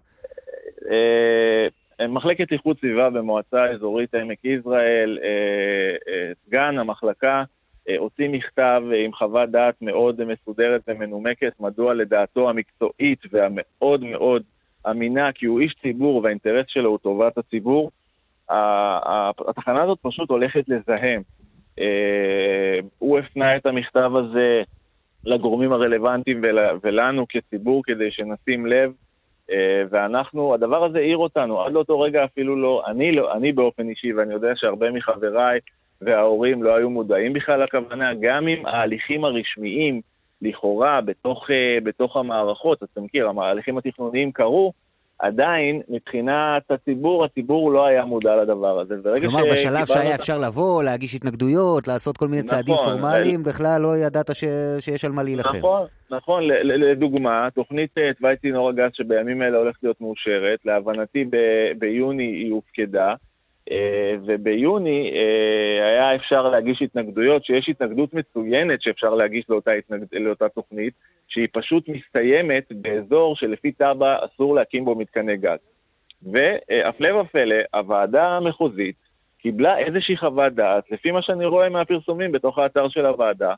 S6: אה, מחלקת איכות סביבה במועצה האזורית עמק יזרעאל, אה, אה, סגן המחלקה, הוציא מכתב עם חוות דעת מאוד מסודרת ומנומקת, מדוע לדעתו המקצועית והמאוד מאוד אמינה, כי הוא איש ציבור והאינטרס שלו הוא טובת הציבור, התחנה הזאת פשוט הולכת לזהם. הוא הפנה את המכתב הזה לגורמים הרלוונטיים ולנו כציבור, כדי שנשים לב
S11: ואנחנו, הדבר הזה העיר אותנו, עד לאותו רגע אפילו לא, אני, לא, אני באופן אישי, ואני יודע שהרבה מחבריי וההורים לא היו מודעים בכלל לכוונה, גם אם ההליכים הרשמיים, לכאורה, בתוך, בתוך המערכות, אתה מכיר, ההליכים התכנוניים קרו, עדיין, מבחינת הציבור, הציבור לא היה מודע לדבר הזה.
S2: כלומר, בשלב שהיה אפשר לבוא, להגיש התנגדויות, לעשות כל מיני צעדים פורמליים, בכלל לא ידעת שיש על מה להילחם.
S11: נכון, נכון. לדוגמה, תוכנית תוואי צינור הגז שבימים האלה הולכת להיות מאושרת, להבנתי ביוני היא הופקדה, וביוני היה אפשר להגיש התנגדויות, שיש התנגדות מצוינת שאפשר להגיש לאותה, התנגד... לאותה תוכנית, שהיא פשוט מסתיימת באזור שלפי טאבה אסור להקים בו מתקני גז. והפלא ופלא, הוועדה המחוזית קיבלה איזושהי חוות דעת, לפי מה שאני רואה מהפרסומים בתוך האתר של הוועדה,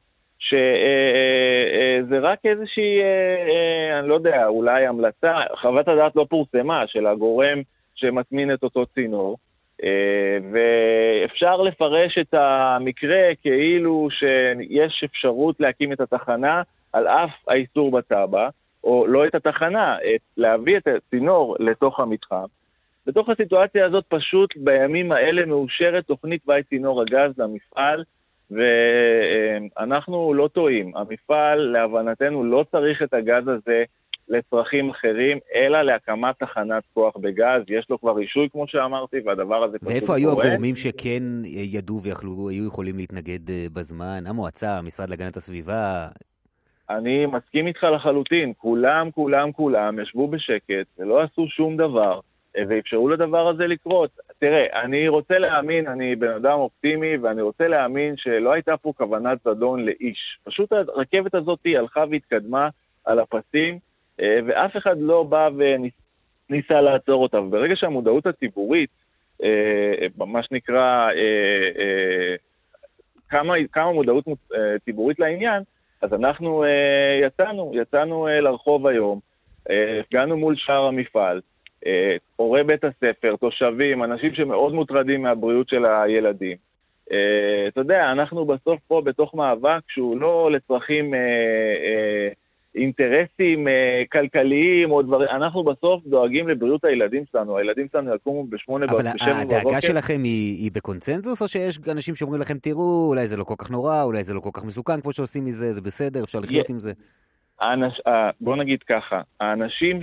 S11: שזה רק איזושהי, אני לא יודע, אולי המלצה, חוות הדעת לא פורסמה של הגורם שמטמין את אותו צינור, ואפשר לפרש את המקרה כאילו שיש אפשרות להקים את התחנה על אף האיסור בטאבה, או לא את התחנה, את להביא את הצינור לתוך המתחם. בתוך הסיטואציה הזאת פשוט בימים האלה מאושרת תוכנית תוואי צינור הגז למפעל, ואנחנו לא טועים. המפעל להבנתנו לא צריך את הגז הזה לצרכים אחרים, אלא להקמת תחנת כוח בגז. יש לו כבר רישוי, כמו שאמרתי, והדבר הזה פשוט קורה.
S2: ואיפה היו הגורמים שכן ידעו ויכלו, היו יכולים להתנגד בזמן? המועצה, המשרד להגנת הסביבה?
S11: אני מסכים איתך לחלוטין. כולם, כולם, כולם ישבו בשקט, ולא עשו שום דבר, ואפשרו לדבר הזה לקרות. תראה, אני רוצה להאמין, אני בן אדם אופטימי, ואני רוצה להאמין שלא הייתה פה כוונת זדון לאיש. פשוט הרכבת הזאת הלכה והתקדמה על הפסים, ואף אחד לא בא וניסה לעצור אותה. וברגע שהמודעות הציבורית, מה שנקרא, כמה, כמה מודעות ציבורית לעניין, אז אנחנו יצאנו, יצאנו לרחוב היום, הגענו מול שער המפעל, הורי בית הספר, תושבים, אנשים שמאוד מוטרדים מהבריאות של הילדים. אתה יודע, אנחנו בסוף פה בתוך מאבק שהוא לא לצרכים אינטרסים כלכליים או דברים, אנחנו בסוף דואגים לבריאות הילדים שלנו, הילדים שלנו יקומו בשמונה
S2: אבל הדאגה שלכם היא, היא בקונצנזוס, או שיש אנשים שאומרים לכם, תראו, אולי זה לא כל כך נורא, אולי זה לא כל כך מסוכן כמו שעושים מזה, זה בסדר, אפשר לחיות עם זה?
S11: האנש, בוא נגיד ככה, האנשים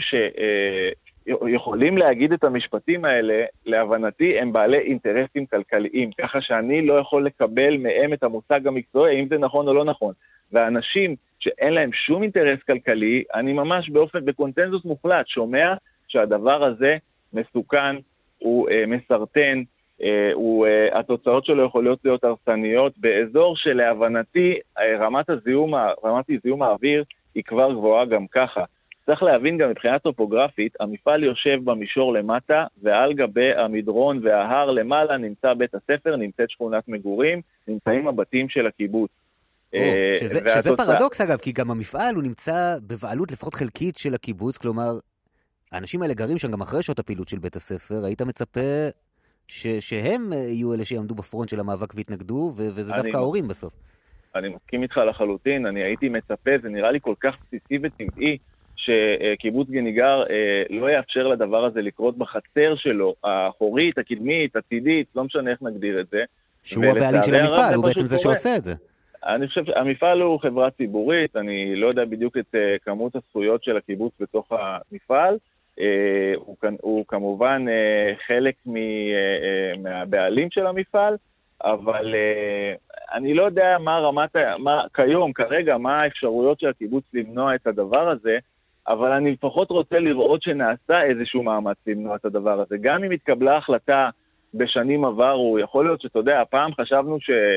S11: שיכולים להגיד את המשפטים האלה, להבנתי הם בעלי אינטרסים כלכליים, ככה שאני לא יכול לקבל מהם את המושג המקצועי, אם זה נכון או לא נכון. והאנשים שאין להם שום אינטרס כלכלי, אני ממש באופן, בקונצנזוס מוחלט, שומע שהדבר הזה מסוכן, הוא אה, מסרטן, אה, הוא, אה, התוצאות שלו יכולות להיות הרסניות, באזור שלהבנתי רמת הזיהום, רמת הזיהום האוויר היא כבר גבוהה גם ככה. צריך להבין גם מבחינה טופוגרפית, המפעל יושב במישור למטה, ועל גבי המדרון וההר למעלה נמצא בית הספר, נמצאת שכונת מגורים, נמצאים הבתים של הקיבוץ.
S2: שזה, שזה פרדוקס אגב, כי גם המפעל הוא נמצא בבעלות לפחות חלקית של הקיבוץ, כלומר, האנשים האלה גרים שם גם אחרי שעות הפעילות של בית הספר, היית מצפה ש, שהם יהיו אלה שיעמדו בפרונט של המאבק והתנגדו, ו, וזה דווקא ההורים בסוף.
S11: אני מסכים איתך לחלוטין, אני הייתי מצפה, זה נראה לי כל כך בסיסי וטבעי, שקיבוץ גניגר לא יאפשר לדבר הזה לקרות בחצר שלו, האחורית, הקדמית, הצידית, לא משנה איך נגדיר את זה.
S2: שהוא הבעלים של המפעל, הוא בעצם זה שעושה את זה.
S11: אני חושב שהמפעל הוא חברה ציבורית, אני לא יודע בדיוק את uh, כמות הזכויות של הקיבוץ בתוך המפעל, uh, הוא, הוא כמובן uh, חלק מ, uh, uh, מהבעלים של המפעל, אבל uh, אני לא יודע מה רמת, מה, כיום, כרגע, מה האפשרויות של הקיבוץ למנוע את הדבר הזה, אבל אני לפחות רוצה לראות שנעשה איזשהו מאמץ למנוע את הדבר הזה. גם אם התקבלה החלטה בשנים עברו, יכול להיות שאתה יודע, הפעם חשבנו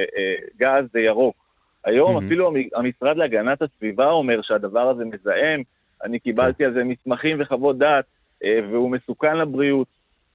S11: שגז זה ירוק, היום mm-hmm. אפילו המשרד להגנת הסביבה אומר שהדבר הזה מזהם, אני קיבלתי okay. על זה מסמכים וחוות דעת, והוא מסוכן לבריאות,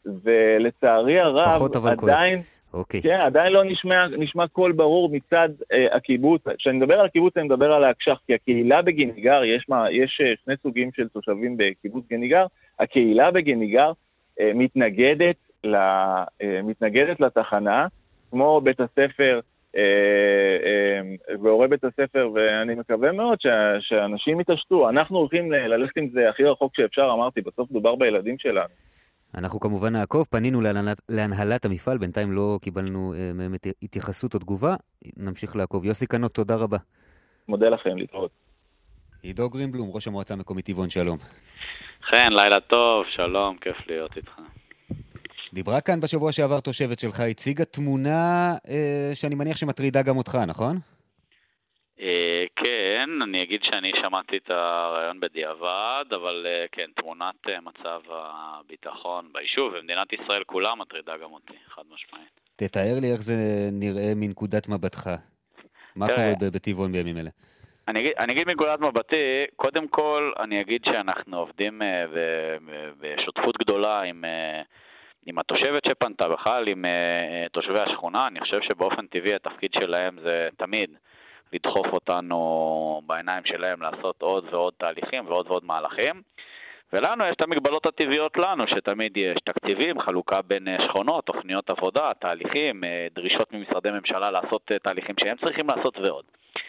S11: ולצערי הרב עדיין, okay. כן, עדיין לא נשמע, נשמע קול ברור מצד uh, הקיבוץ. כשאני מדבר על הקיבוץ אני מדבר על ההקשח, כי הקהילה בגניגר, יש, מה, יש uh, שני סוגים של תושבים בקיבוץ גניגר, הקהילה בגניגר uh, מתנגדת, לה, uh, מתנגדת לתחנה, כמו בית הספר, והורי בית הספר, ואני מקווה מאוד שאנשים יתעשתו. אנחנו הולכים ללכת עם זה הכי רחוק שאפשר, אמרתי, בסוף דובר בילדים שלנו.
S2: אנחנו כמובן נעקוב, פנינו להנהלת, להנהלת המפעל, בינתיים לא קיבלנו מהם התייחסות או תגובה, נמשיך לעקוב. יוסי קנות, תודה רבה.
S11: מודה לכם, להתראות.
S2: עידו גרינבלום, ראש המועצה המקומית טבעון, שלום.
S12: כן, לילה טוב, שלום, כיף להיות איתך.
S2: דיברה כאן בשבוע שעבר תושבת שלך, הציגה תמונה אה, שאני מניח שמטרידה גם אותך, נכון?
S12: אה, כן, אני אגיד שאני שמעתי את הרעיון בדיעבד, אבל אה, כן, תמונת אה, מצב הביטחון ביישוב, ומדינת ישראל כולה מטרידה גם אותי, חד משמעית.
S2: תתאר לי איך זה נראה מנקודת מבטך. מה קורה בטבעון בימים אלה?
S12: אני אגיד, אני אגיד מנקודת מבטי, קודם כל אני אגיד שאנחנו עובדים אה, בשותפות גדולה עם... אה, עם התושבת שפנתה בכלל, עם uh, תושבי השכונה. אני חושב שבאופן טבעי התפקיד שלהם זה תמיד לדחוף אותנו בעיניים שלהם לעשות עוד ועוד תהליכים ועוד ועוד מהלכים. ולנו יש את המגבלות הטבעיות לנו, שתמיד יש תקציבים, חלוקה בין שכונות, תוכניות עבודה, תהליכים, דרישות ממשרדי ממשלה לעשות תהליכים שהם צריכים לעשות ועוד.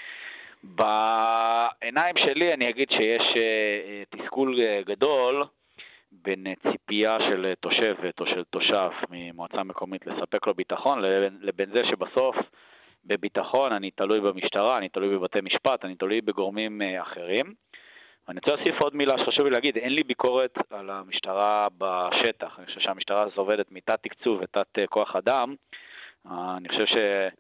S12: בעיניים שלי אני אגיד שיש uh, תסכול גדול, בין ציפייה של תושבת או של תושב ממועצה מקומית לספק לו ביטחון, לבין זה שבסוף בביטחון אני תלוי במשטרה, אני תלוי בבתי משפט, אני תלוי בגורמים אחרים. ואני רוצה להוסיף עוד מילה שחשוב לי להגיד, אין לי ביקורת על המשטרה בשטח. אני חושב שהמשטרה הזו עובדת מתת תקצוב ותת כוח אדם. אני חושב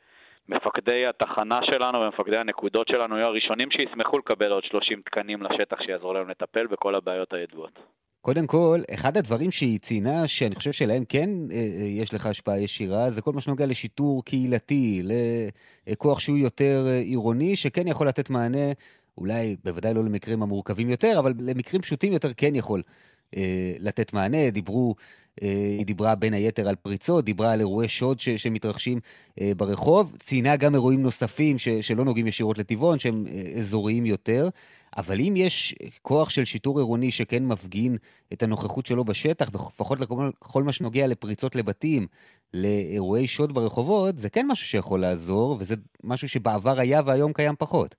S12: שמפקדי התחנה שלנו ומפקדי הנקודות שלנו יהיו הראשונים שישמחו לקבל עוד שלושים תקנים לשטח שיעזור להם לטפל בכל הבעיות הידועות.
S2: קודם כל, אחד הדברים שהיא ציינה, שאני חושב שלהם כן יש לך השפעה ישירה, זה כל מה שנוגע לשיטור קהילתי, לכוח שהוא יותר עירוני, שכן יכול לתת מענה, אולי בוודאי לא למקרים המורכבים יותר, אבל למקרים פשוטים יותר כן יכול אה, לתת מענה. דיברו, אה, היא דיברה בין היתר על פריצות, דיברה על אירועי שוד ש, שמתרחשים אה, ברחוב, ציינה גם אירועים נוספים ש, שלא נוגעים ישירות לטבעון, שהם אה, אזוריים יותר, אבל אם יש כוח של שיטור עירוני שכן מפגין את הנוכחות שלו בשטח, לפחות לכל מה שנוגע לפריצות לבתים, לאירועי שוד ברחובות, זה כן משהו שיכול לעזור, וזה משהו שבעבר היה והיום קיים פחות.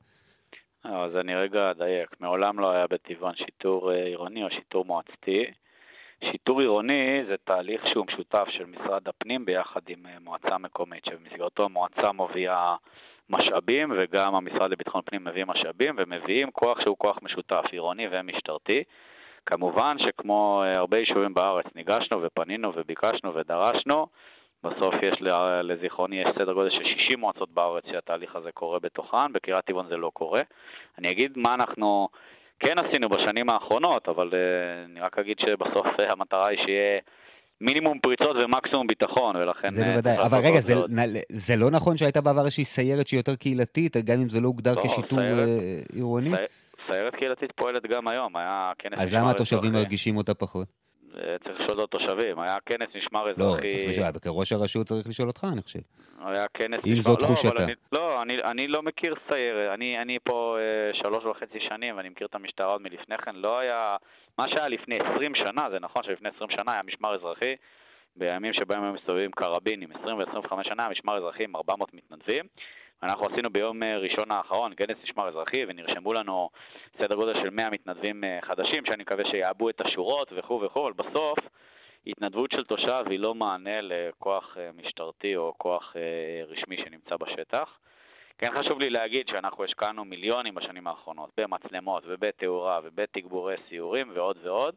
S12: אז אני רגע אדייק, מעולם לא היה בטבעון שיטור עירוני או שיטור מועצתי. שיטור עירוני זה תהליך שהוא משותף של משרד הפנים ביחד עם מועצה מקומית, שבמסגרתו המועצה מביאה משאבים, וגם המשרד לביטחון פנים מביא משאבים, ומביאים כוח שהוא כוח משותף, עירוני ומשטרתי. כמובן שכמו הרבה יישובים בארץ, ניגשנו ופנינו וביקשנו ודרשנו, בסוף יש לזיכרוני, יש סדר גודל של שישים מועצות בארץ שהתהליך הזה קורה בתוכן, בקריית טבעון זה לא קורה. אני אגיד מה אנחנו כן עשינו בשנים האחרונות, אבל אני רק אגיד שבסוף המטרה היא שיהיה מינימום פריצות ומקסימום ביטחון, ולכן...
S2: זה בוודאי, אבל רגע, זה, זה לא נכון שהייתה בעבר איזושהי סיירת שהיא יותר קהילתית, גם אם זה לא הוגדר לא, כשיטור סיירת, עירוני?
S12: סי, סיירת קהילתית פועלת גם היום, היה כנס...
S2: אז למה התושבים מרגישים אותה פחות?
S12: צריך לשאול את התושבים, היה כנס משמר אזרחי...
S2: לא, צריך לשאול, כראש הרשות צריך לשאול אותך, אני חושב.
S12: היה כנס...
S2: אם
S12: משמר...
S2: זו תחושתה.
S12: לא, אני, לא אני, אני לא מכיר סיירת, אני, אני פה אה, שלוש וחצי שנים, ואני מכיר את המשטרה עוד מלפני כן, לא היה... מה שהיה לפני עשרים שנה, זה נכון שלפני עשרים שנה היה משמר אזרחי, בימים שבהם הם מסתובבים קרבינים, עשרים ו-עשרים וחמש שנה, משמר אזרחי עם ארבע מאות מתנדבים, אנחנו עשינו ביום ראשון האחרון כנס משמר אזרחי, ונרשמו לנו סדר גודל של מאה מתנדבים חדשים, שאני מקווה שיעבו את השורות וכו' וכו', אבל בסוף התנדבות של תושב היא לא מענה לכוח משטרתי או כוח רשמי שנמצא בשטח. כן חשוב לי להגיד שאנחנו השקענו מיליונים בשנים האחרונות, במצלמות ובתאורה ובתגבורי סיורים ועוד ועוד,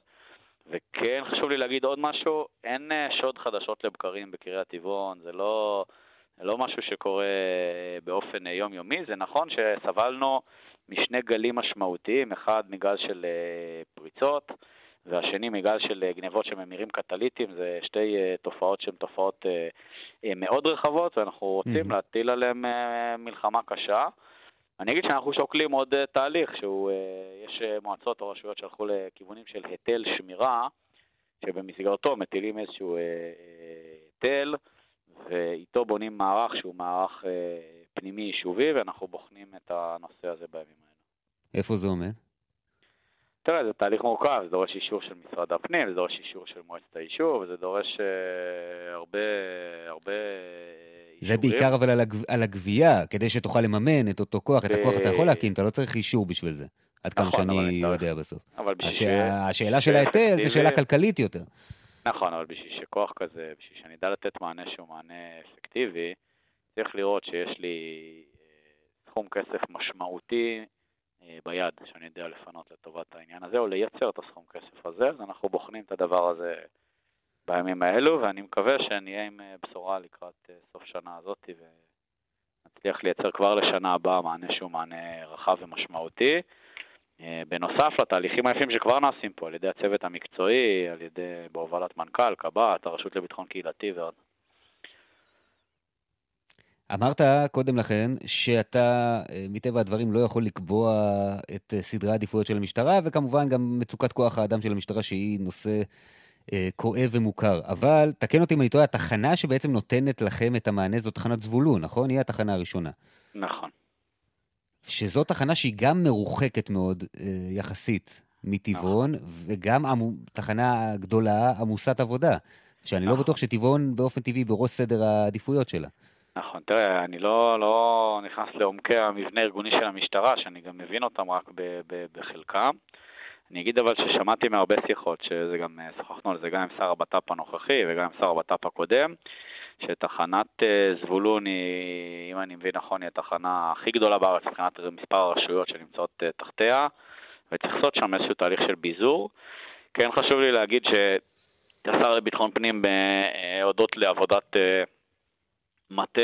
S12: וכן חשוב לי להגיד עוד משהו, אין שוד חדשות לבקרים בקריית טבעון, זה לא... לא משהו שקורה באופן יומיומי, זה נכון שסבלנו משני גלים משמעותיים, אחד מגל של פריצות, והשני מגל של גנבות שממירים קטליטים, זה שתי תופעות שהן תופעות מאוד רחבות, ואנחנו רוצים mm-hmm. להטיל עליהן מלחמה קשה. אני אגיד שאנחנו שוקלים עוד תהליך, שיש מועצות או רשויות שהלכו לכיוונים של היטל שמירה, שבמסגרתו מטילים איזשהו היטל, ואיתו בונים מערך שהוא מערך אה, פנימי יישובי, ואנחנו בוחנים את הנושא הזה בימים האלה.
S2: איפה זה עומד?
S12: תראה, זה תהליך מורכב, זה דורש אישור של משרד הפנים, זה דורש אישור של מועצת היישוב, זה דורש אה, הרבה, הרבה
S2: זה בעיקר אבל על, הגב... על הגבייה, כדי שתוכל לממן את אותו כוח, ב... את הכוח אתה יכול להקים, אתה לא צריך אישור בשביל זה, עד כמה נכון, שאני יודע בסוף. הש... ש... השאלה של ההיטל זה שאלה כלכלית יותר.
S12: נכון, אבל בשביל שכוח כזה, בשביל שאני אדע לתת מענה שהוא מענה אפקטיבי, צריך לראות שיש לי סכום כסף משמעותי ביד, שאני יודע לפנות לטובת העניין הזה, או לייצר את הסכום כסף הזה, אז אנחנו בוחנים את הדבר הזה בימים האלו, ואני מקווה שנהיה עם בשורה לקראת סוף שנה הזאת, ונצליח לייצר כבר לשנה הבאה מענה שהוא מענה רחב ומשמעותי, בנוסף לתהליכים היפים שכבר נעשים פה, על ידי הצוות המקצועי, על ידי בהובלת מנכ"ל, קב"ט, הרשות לביטחון קהילתי ועוד.
S2: אמרת קודם לכן שאתה מטבע הדברים לא יכול לקבוע את סדרי העדיפויות של המשטרה, וכמובן גם מצוקת כוח האדם של המשטרה שהיא נושא אה, כואב ומוכר. אבל תקן אותי אם אני טועה, התחנה שבעצם נותנת לכם את המענה זו תחנת זבולון, נכון? היא התחנה הראשונה.
S12: נכון.
S2: שזו תחנה שהיא גם מרוחקת מאוד אה, יחסית מטבעון, נכון. וגם עמו, תחנה גדולה עמוסת עבודה, שאני נכון. לא בטוח שטבעון באופן טבעי בראש סדר העדיפויות שלה.
S12: נכון, תראה, אני לא, לא נכנס לעומקי המבנה הארגוני של המשטרה, שאני גם מבין אותם רק ב, ב, בחלקם. אני אגיד אבל ששמעתי מהרבה שיחות, שזה גם, שוחחנו על זה גם עם שר הבט"פ הנוכחי וגם עם שר הבט"פ הקודם, שתחנת זבולון היא, אם אני מבין נכון, היא התחנה הכי גדולה בארץ, מבחינת מספר הרשויות שנמצאות תחתיה, וצריך לעשות שם איזשהו תהליך של ביזור. כן חשוב לי להגיד שהשר לביטחון פנים הודות לעבודת מטה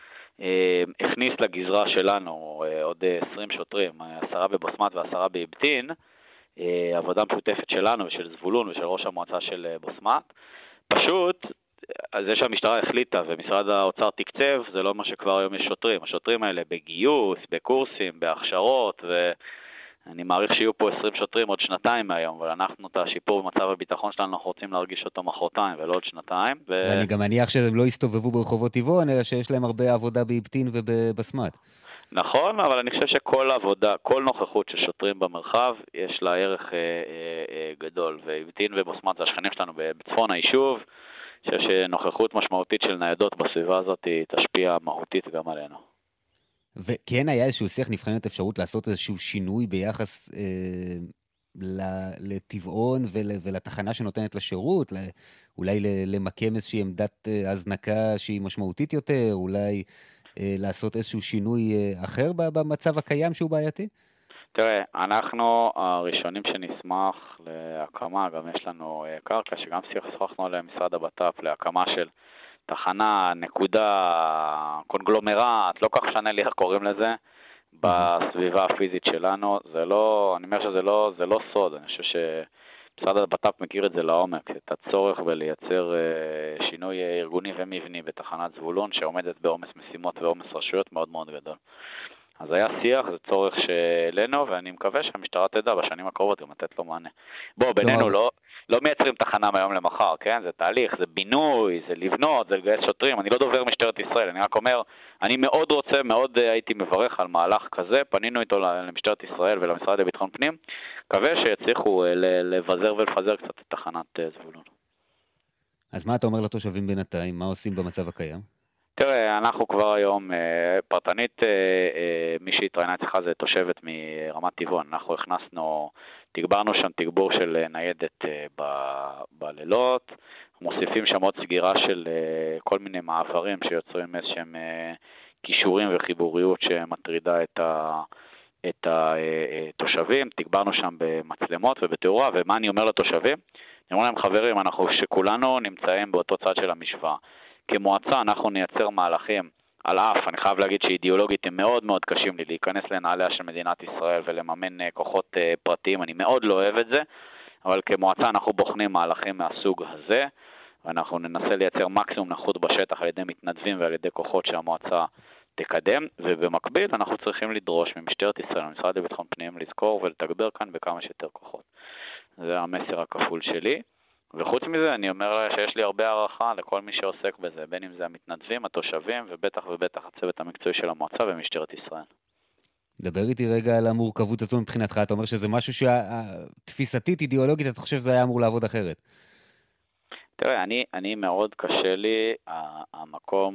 S12: הכניס לגזרה שלנו עוד עשרים שוטרים, עשרה בבוסמת ועשרה באבטין, עבודה משותפת שלנו ושל זבולון ושל ראש המועצה של בוסמת. פשוט, זה שהמשטרה החליטה ומשרד האוצר תקצב, זה לא מה שכבר היום יש שוטרים. השוטרים האלה בגיוס, בקורסים, בהכשרות, ואני מעריך שיהיו פה עשרים שוטרים עוד שנתיים מהיום, אבל אנחנו את השיפור במצב הביטחון שלנו, אנחנו רוצים להרגיש אותו מחרתיים ולא עוד שנתיים. ו...
S2: ואני גם מניח שהם לא יסתובבו ברחובות טבעון, אלא שיש להם הרבה עבודה באבטין ובבסמת.
S12: נכון, אבל אני חושב שכל עבודה, כל נוכחות של שוטרים במרחב, יש לה ערך אה, אה, גדול, ואבטין ובסמת זה השכנים שלנו בצפון היישוב, שיש נוכחות משמעותית של ניידות בסביבה הזאת תשפיע מהותית גם עלינו.
S2: וכן היה איזשהו שיח, נבחנת אפשרות לעשות איזשהו שינוי ביחס אה, לטבעון ול, ולתחנה שנותנת לשירות, אולי למקם איזושהי עמדת אה, הזנקה שהיא משמעותית יותר, אולי אה, לעשות איזשהו שינוי אה, אחר במצב הקיים שהוא בעייתי?
S12: תראה, אנחנו הראשונים שנשמח להקמה, גם יש לנו קרקע שגם שוחחנו עליה משרד הבט"פ, להקמה של תחנה, נקודה, קונגלומרט, לא כך שנה לי איך קוראים לזה, בסביבה הפיזית שלנו. זה לא, אני אומר שזה לא, זה לא סוד, אני חושב שמשרד הבט"פ מכיר את זה לעומק, את הצורך בלייצר שינוי ארגוני ומבני בתחנת זבולון, שעומדת בעומס משימות ועומס רשויות מאוד מאוד גדול. אז היה שיח, זה צורך שלנו, ואני מקווה שהמשטרה תדע בשנים הקרובות גם לתת לו מענה. בוא, בינינו לא, לא מייצרים תחנה מהיום למחר, כן? זה תהליך, זה בינוי, זה לבנות, זה לגייס שוטרים. אני לא דובר משטרת ישראל, אני רק אומר, אני מאוד רוצה, מאוד הייתי מברך על מהלך כזה, פנינו איתו למשטרת ישראל ולמשרד לביטחון פנים, מקווה שיצליחו לבזר ולפזר קצת את תחנת זבולון.
S2: אז מה אתה אומר לתושבים בינתיים? מה עושים במצב הקיים?
S12: תראה, אנחנו כבר היום, פרטנית, מי שהתראיינה אצלך זה תושבת מרמת טבעון. אנחנו הכנסנו, תגברנו שם תגבור של ניידת ב- בלילות, מוסיפים שם עוד סגירה של כל מיני מעברים שיוצרים איזשהם קישורים וחיבוריות שמטרידה את ה... את התושבים, תגברנו שם במצלמות ובתאורה, ומה אני אומר לתושבים? אני אומר להם, חברים, אנחנו שכולנו נמצאים באותו צד של המשוואה. כמועצה אנחנו נייצר מהלכים על אף, אני חייב להגיד שאידיאולוגית הם מאוד מאוד קשים לי להיכנס לנעליה של מדינת ישראל ולממן כוחות פרטיים, אני מאוד לא אוהב את זה, אבל כמועצה אנחנו בוחנים מהלכים מהסוג הזה, ואנחנו ננסה לייצר מקסימום נוחות בשטח על ידי מתנדבים ועל ידי כוחות שהמועצה תקדם, ובמקביל אנחנו צריכים לדרוש ממשטרת ישראל, ממשרד לביטחון פנים, לזכור ולתגבר כאן בכמה שיותר כוחות. זה המסר הכפול שלי. וחוץ מזה אני אומר שיש לי הרבה הערכה לכל מי שעוסק בזה, בין אם זה המתנדבים, התושבים, ובטח ובטח הצוות המקצועי של המועצה ומשטרת ישראל.
S2: דבר איתי רגע על המורכבות הזו מבחינתך, אתה אומר שזה משהו שהתפיסתית, אידיאולוגית, אתה חושב שזה היה אמור לעבוד אחרת?
S12: תראה, אני, אני מאוד קשה לי, המקום,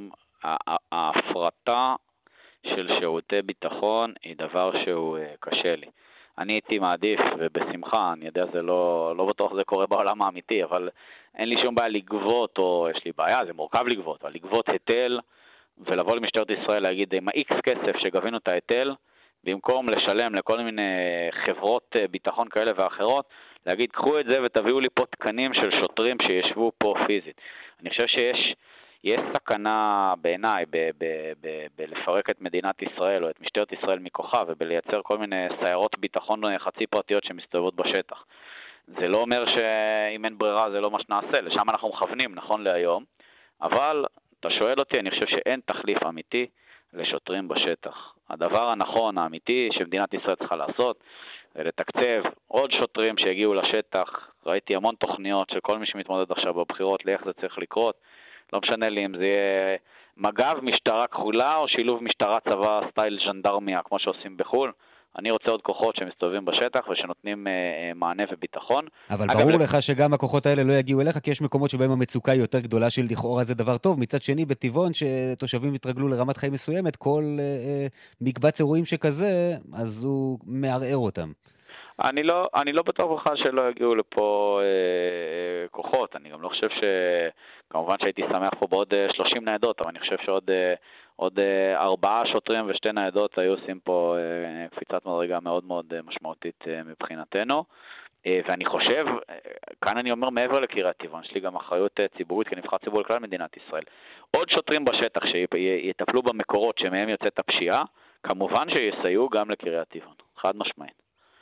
S12: ההפרטה של שירותי ביטחון היא דבר שהוא קשה לי. אני הייתי מעדיף, ובשמחה, אני יודע, זה לא, לא בטוח זה קורה בעולם האמיתי, אבל אין לי שום בעיה לגבות, או יש לי בעיה, זה מורכב לגבות, אבל לגבות היטל, ולבוא למשטרת ישראל להגיד, עם ה-X כסף שגבינו את ההיטל, במקום לשלם לכל מיני חברות ביטחון כאלה ואחרות, להגיד, קחו את זה ותביאו לי פה תקנים של שוטרים שישבו פה פיזית. אני חושב שיש יש סכנה בעיניי בלפרק את מדינת ישראל או את משטרת ישראל מכוחה ובלייצר כל מיני סיירות ביטחון חצי פרטיות שמסתובבות בשטח. זה לא אומר שאם אין ברירה זה לא מה שנעשה, לשם אנחנו מכוונים נכון להיום, אבל אתה שואל אותי, אני חושב שאין תחליף אמיתי לשוטרים בשטח. הדבר הנכון, האמיתי, שמדינת ישראל צריכה לעשות, זה לתקצב עוד שוטרים שיגיעו לשטח. ראיתי המון תוכניות של כל מי שמתמודד עכשיו בבחירות, לאיך זה צריך לקרות. לא משנה לי אם זה יהיה מג"ב, משטרה כחולה, או שילוב משטרה צבא סטייל ז'נדרמיה, כמו שעושים בחול. אני רוצה עוד כוחות שמסתובבים בשטח ושנותנים אה, מענה וביטחון.
S2: אבל ברור לך לק... שגם הכוחות האלה לא יגיעו אליך, כי יש מקומות שבהם המצוקה היא יותר גדולה של לכאורה זה דבר טוב. מצד שני, בטבעון, שתושבים יתרגלו לרמת חיים מסוימת, כל אה, אה, מקבץ אירועים שכזה, אז הוא מערער אותם.
S12: אני לא, אני לא בטוח בכלל שלא יגיעו לפה אה, כוחות. אני גם לא חושב ש... כמובן שהייתי שמח פה בעוד אה, שלושים ניידות, אבל אני חושב שעוד... אה, עוד ארבעה שוטרים ושתי ניידות היו עושים פה קפיצת מדרגה מאוד מאוד משמעותית מבחינתנו. ואני חושב, כאן אני אומר מעבר לקריית טבעון, יש לי גם אחריות ציבורית כנבחר ציבור לכלל מדינת ישראל. עוד שוטרים בשטח שיטפלו במקורות שמהם יוצאת הפשיעה, כמובן שיסייעו גם לקריית טבעון. חד משמעית.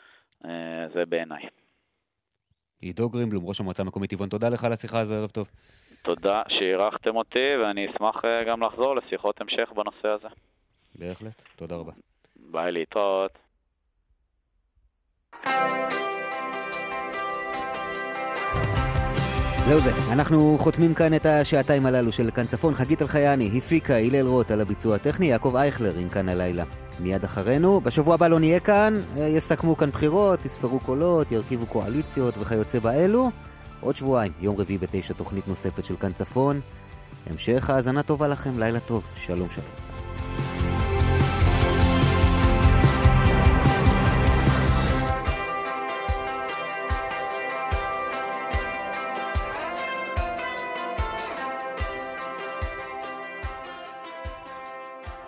S12: זה בעיניי.
S2: עידו גרימבלום, ראש המועצה המקומית טבעון, תודה לך על השיחה הזו, ערב טוב.
S12: תודה שאירחתם אותי, ואני אשמח גם לחזור לשיחות המשך בנושא הזה.
S2: בהחלט, תודה רבה.
S12: ביי, להתראות.
S2: זהו זה, אנחנו חותמים כאן את השעתיים הללו של כאן צפון. חגית אלחייני, הפיקה הלל רוט על הביצוע הטכני, יעקב אייכלר עם כאן הלילה. מיד אחרינו, בשבוע הבא לא נהיה כאן, יסכמו כאן בחירות, יספרו קולות, ירכיבו קואליציות וכיוצא באלו. עוד שבועיים, יום רביעי בתשע, תוכנית נוספת של כאן צפון. המשך האזנה טובה לכם, לילה טוב, שלום שלום.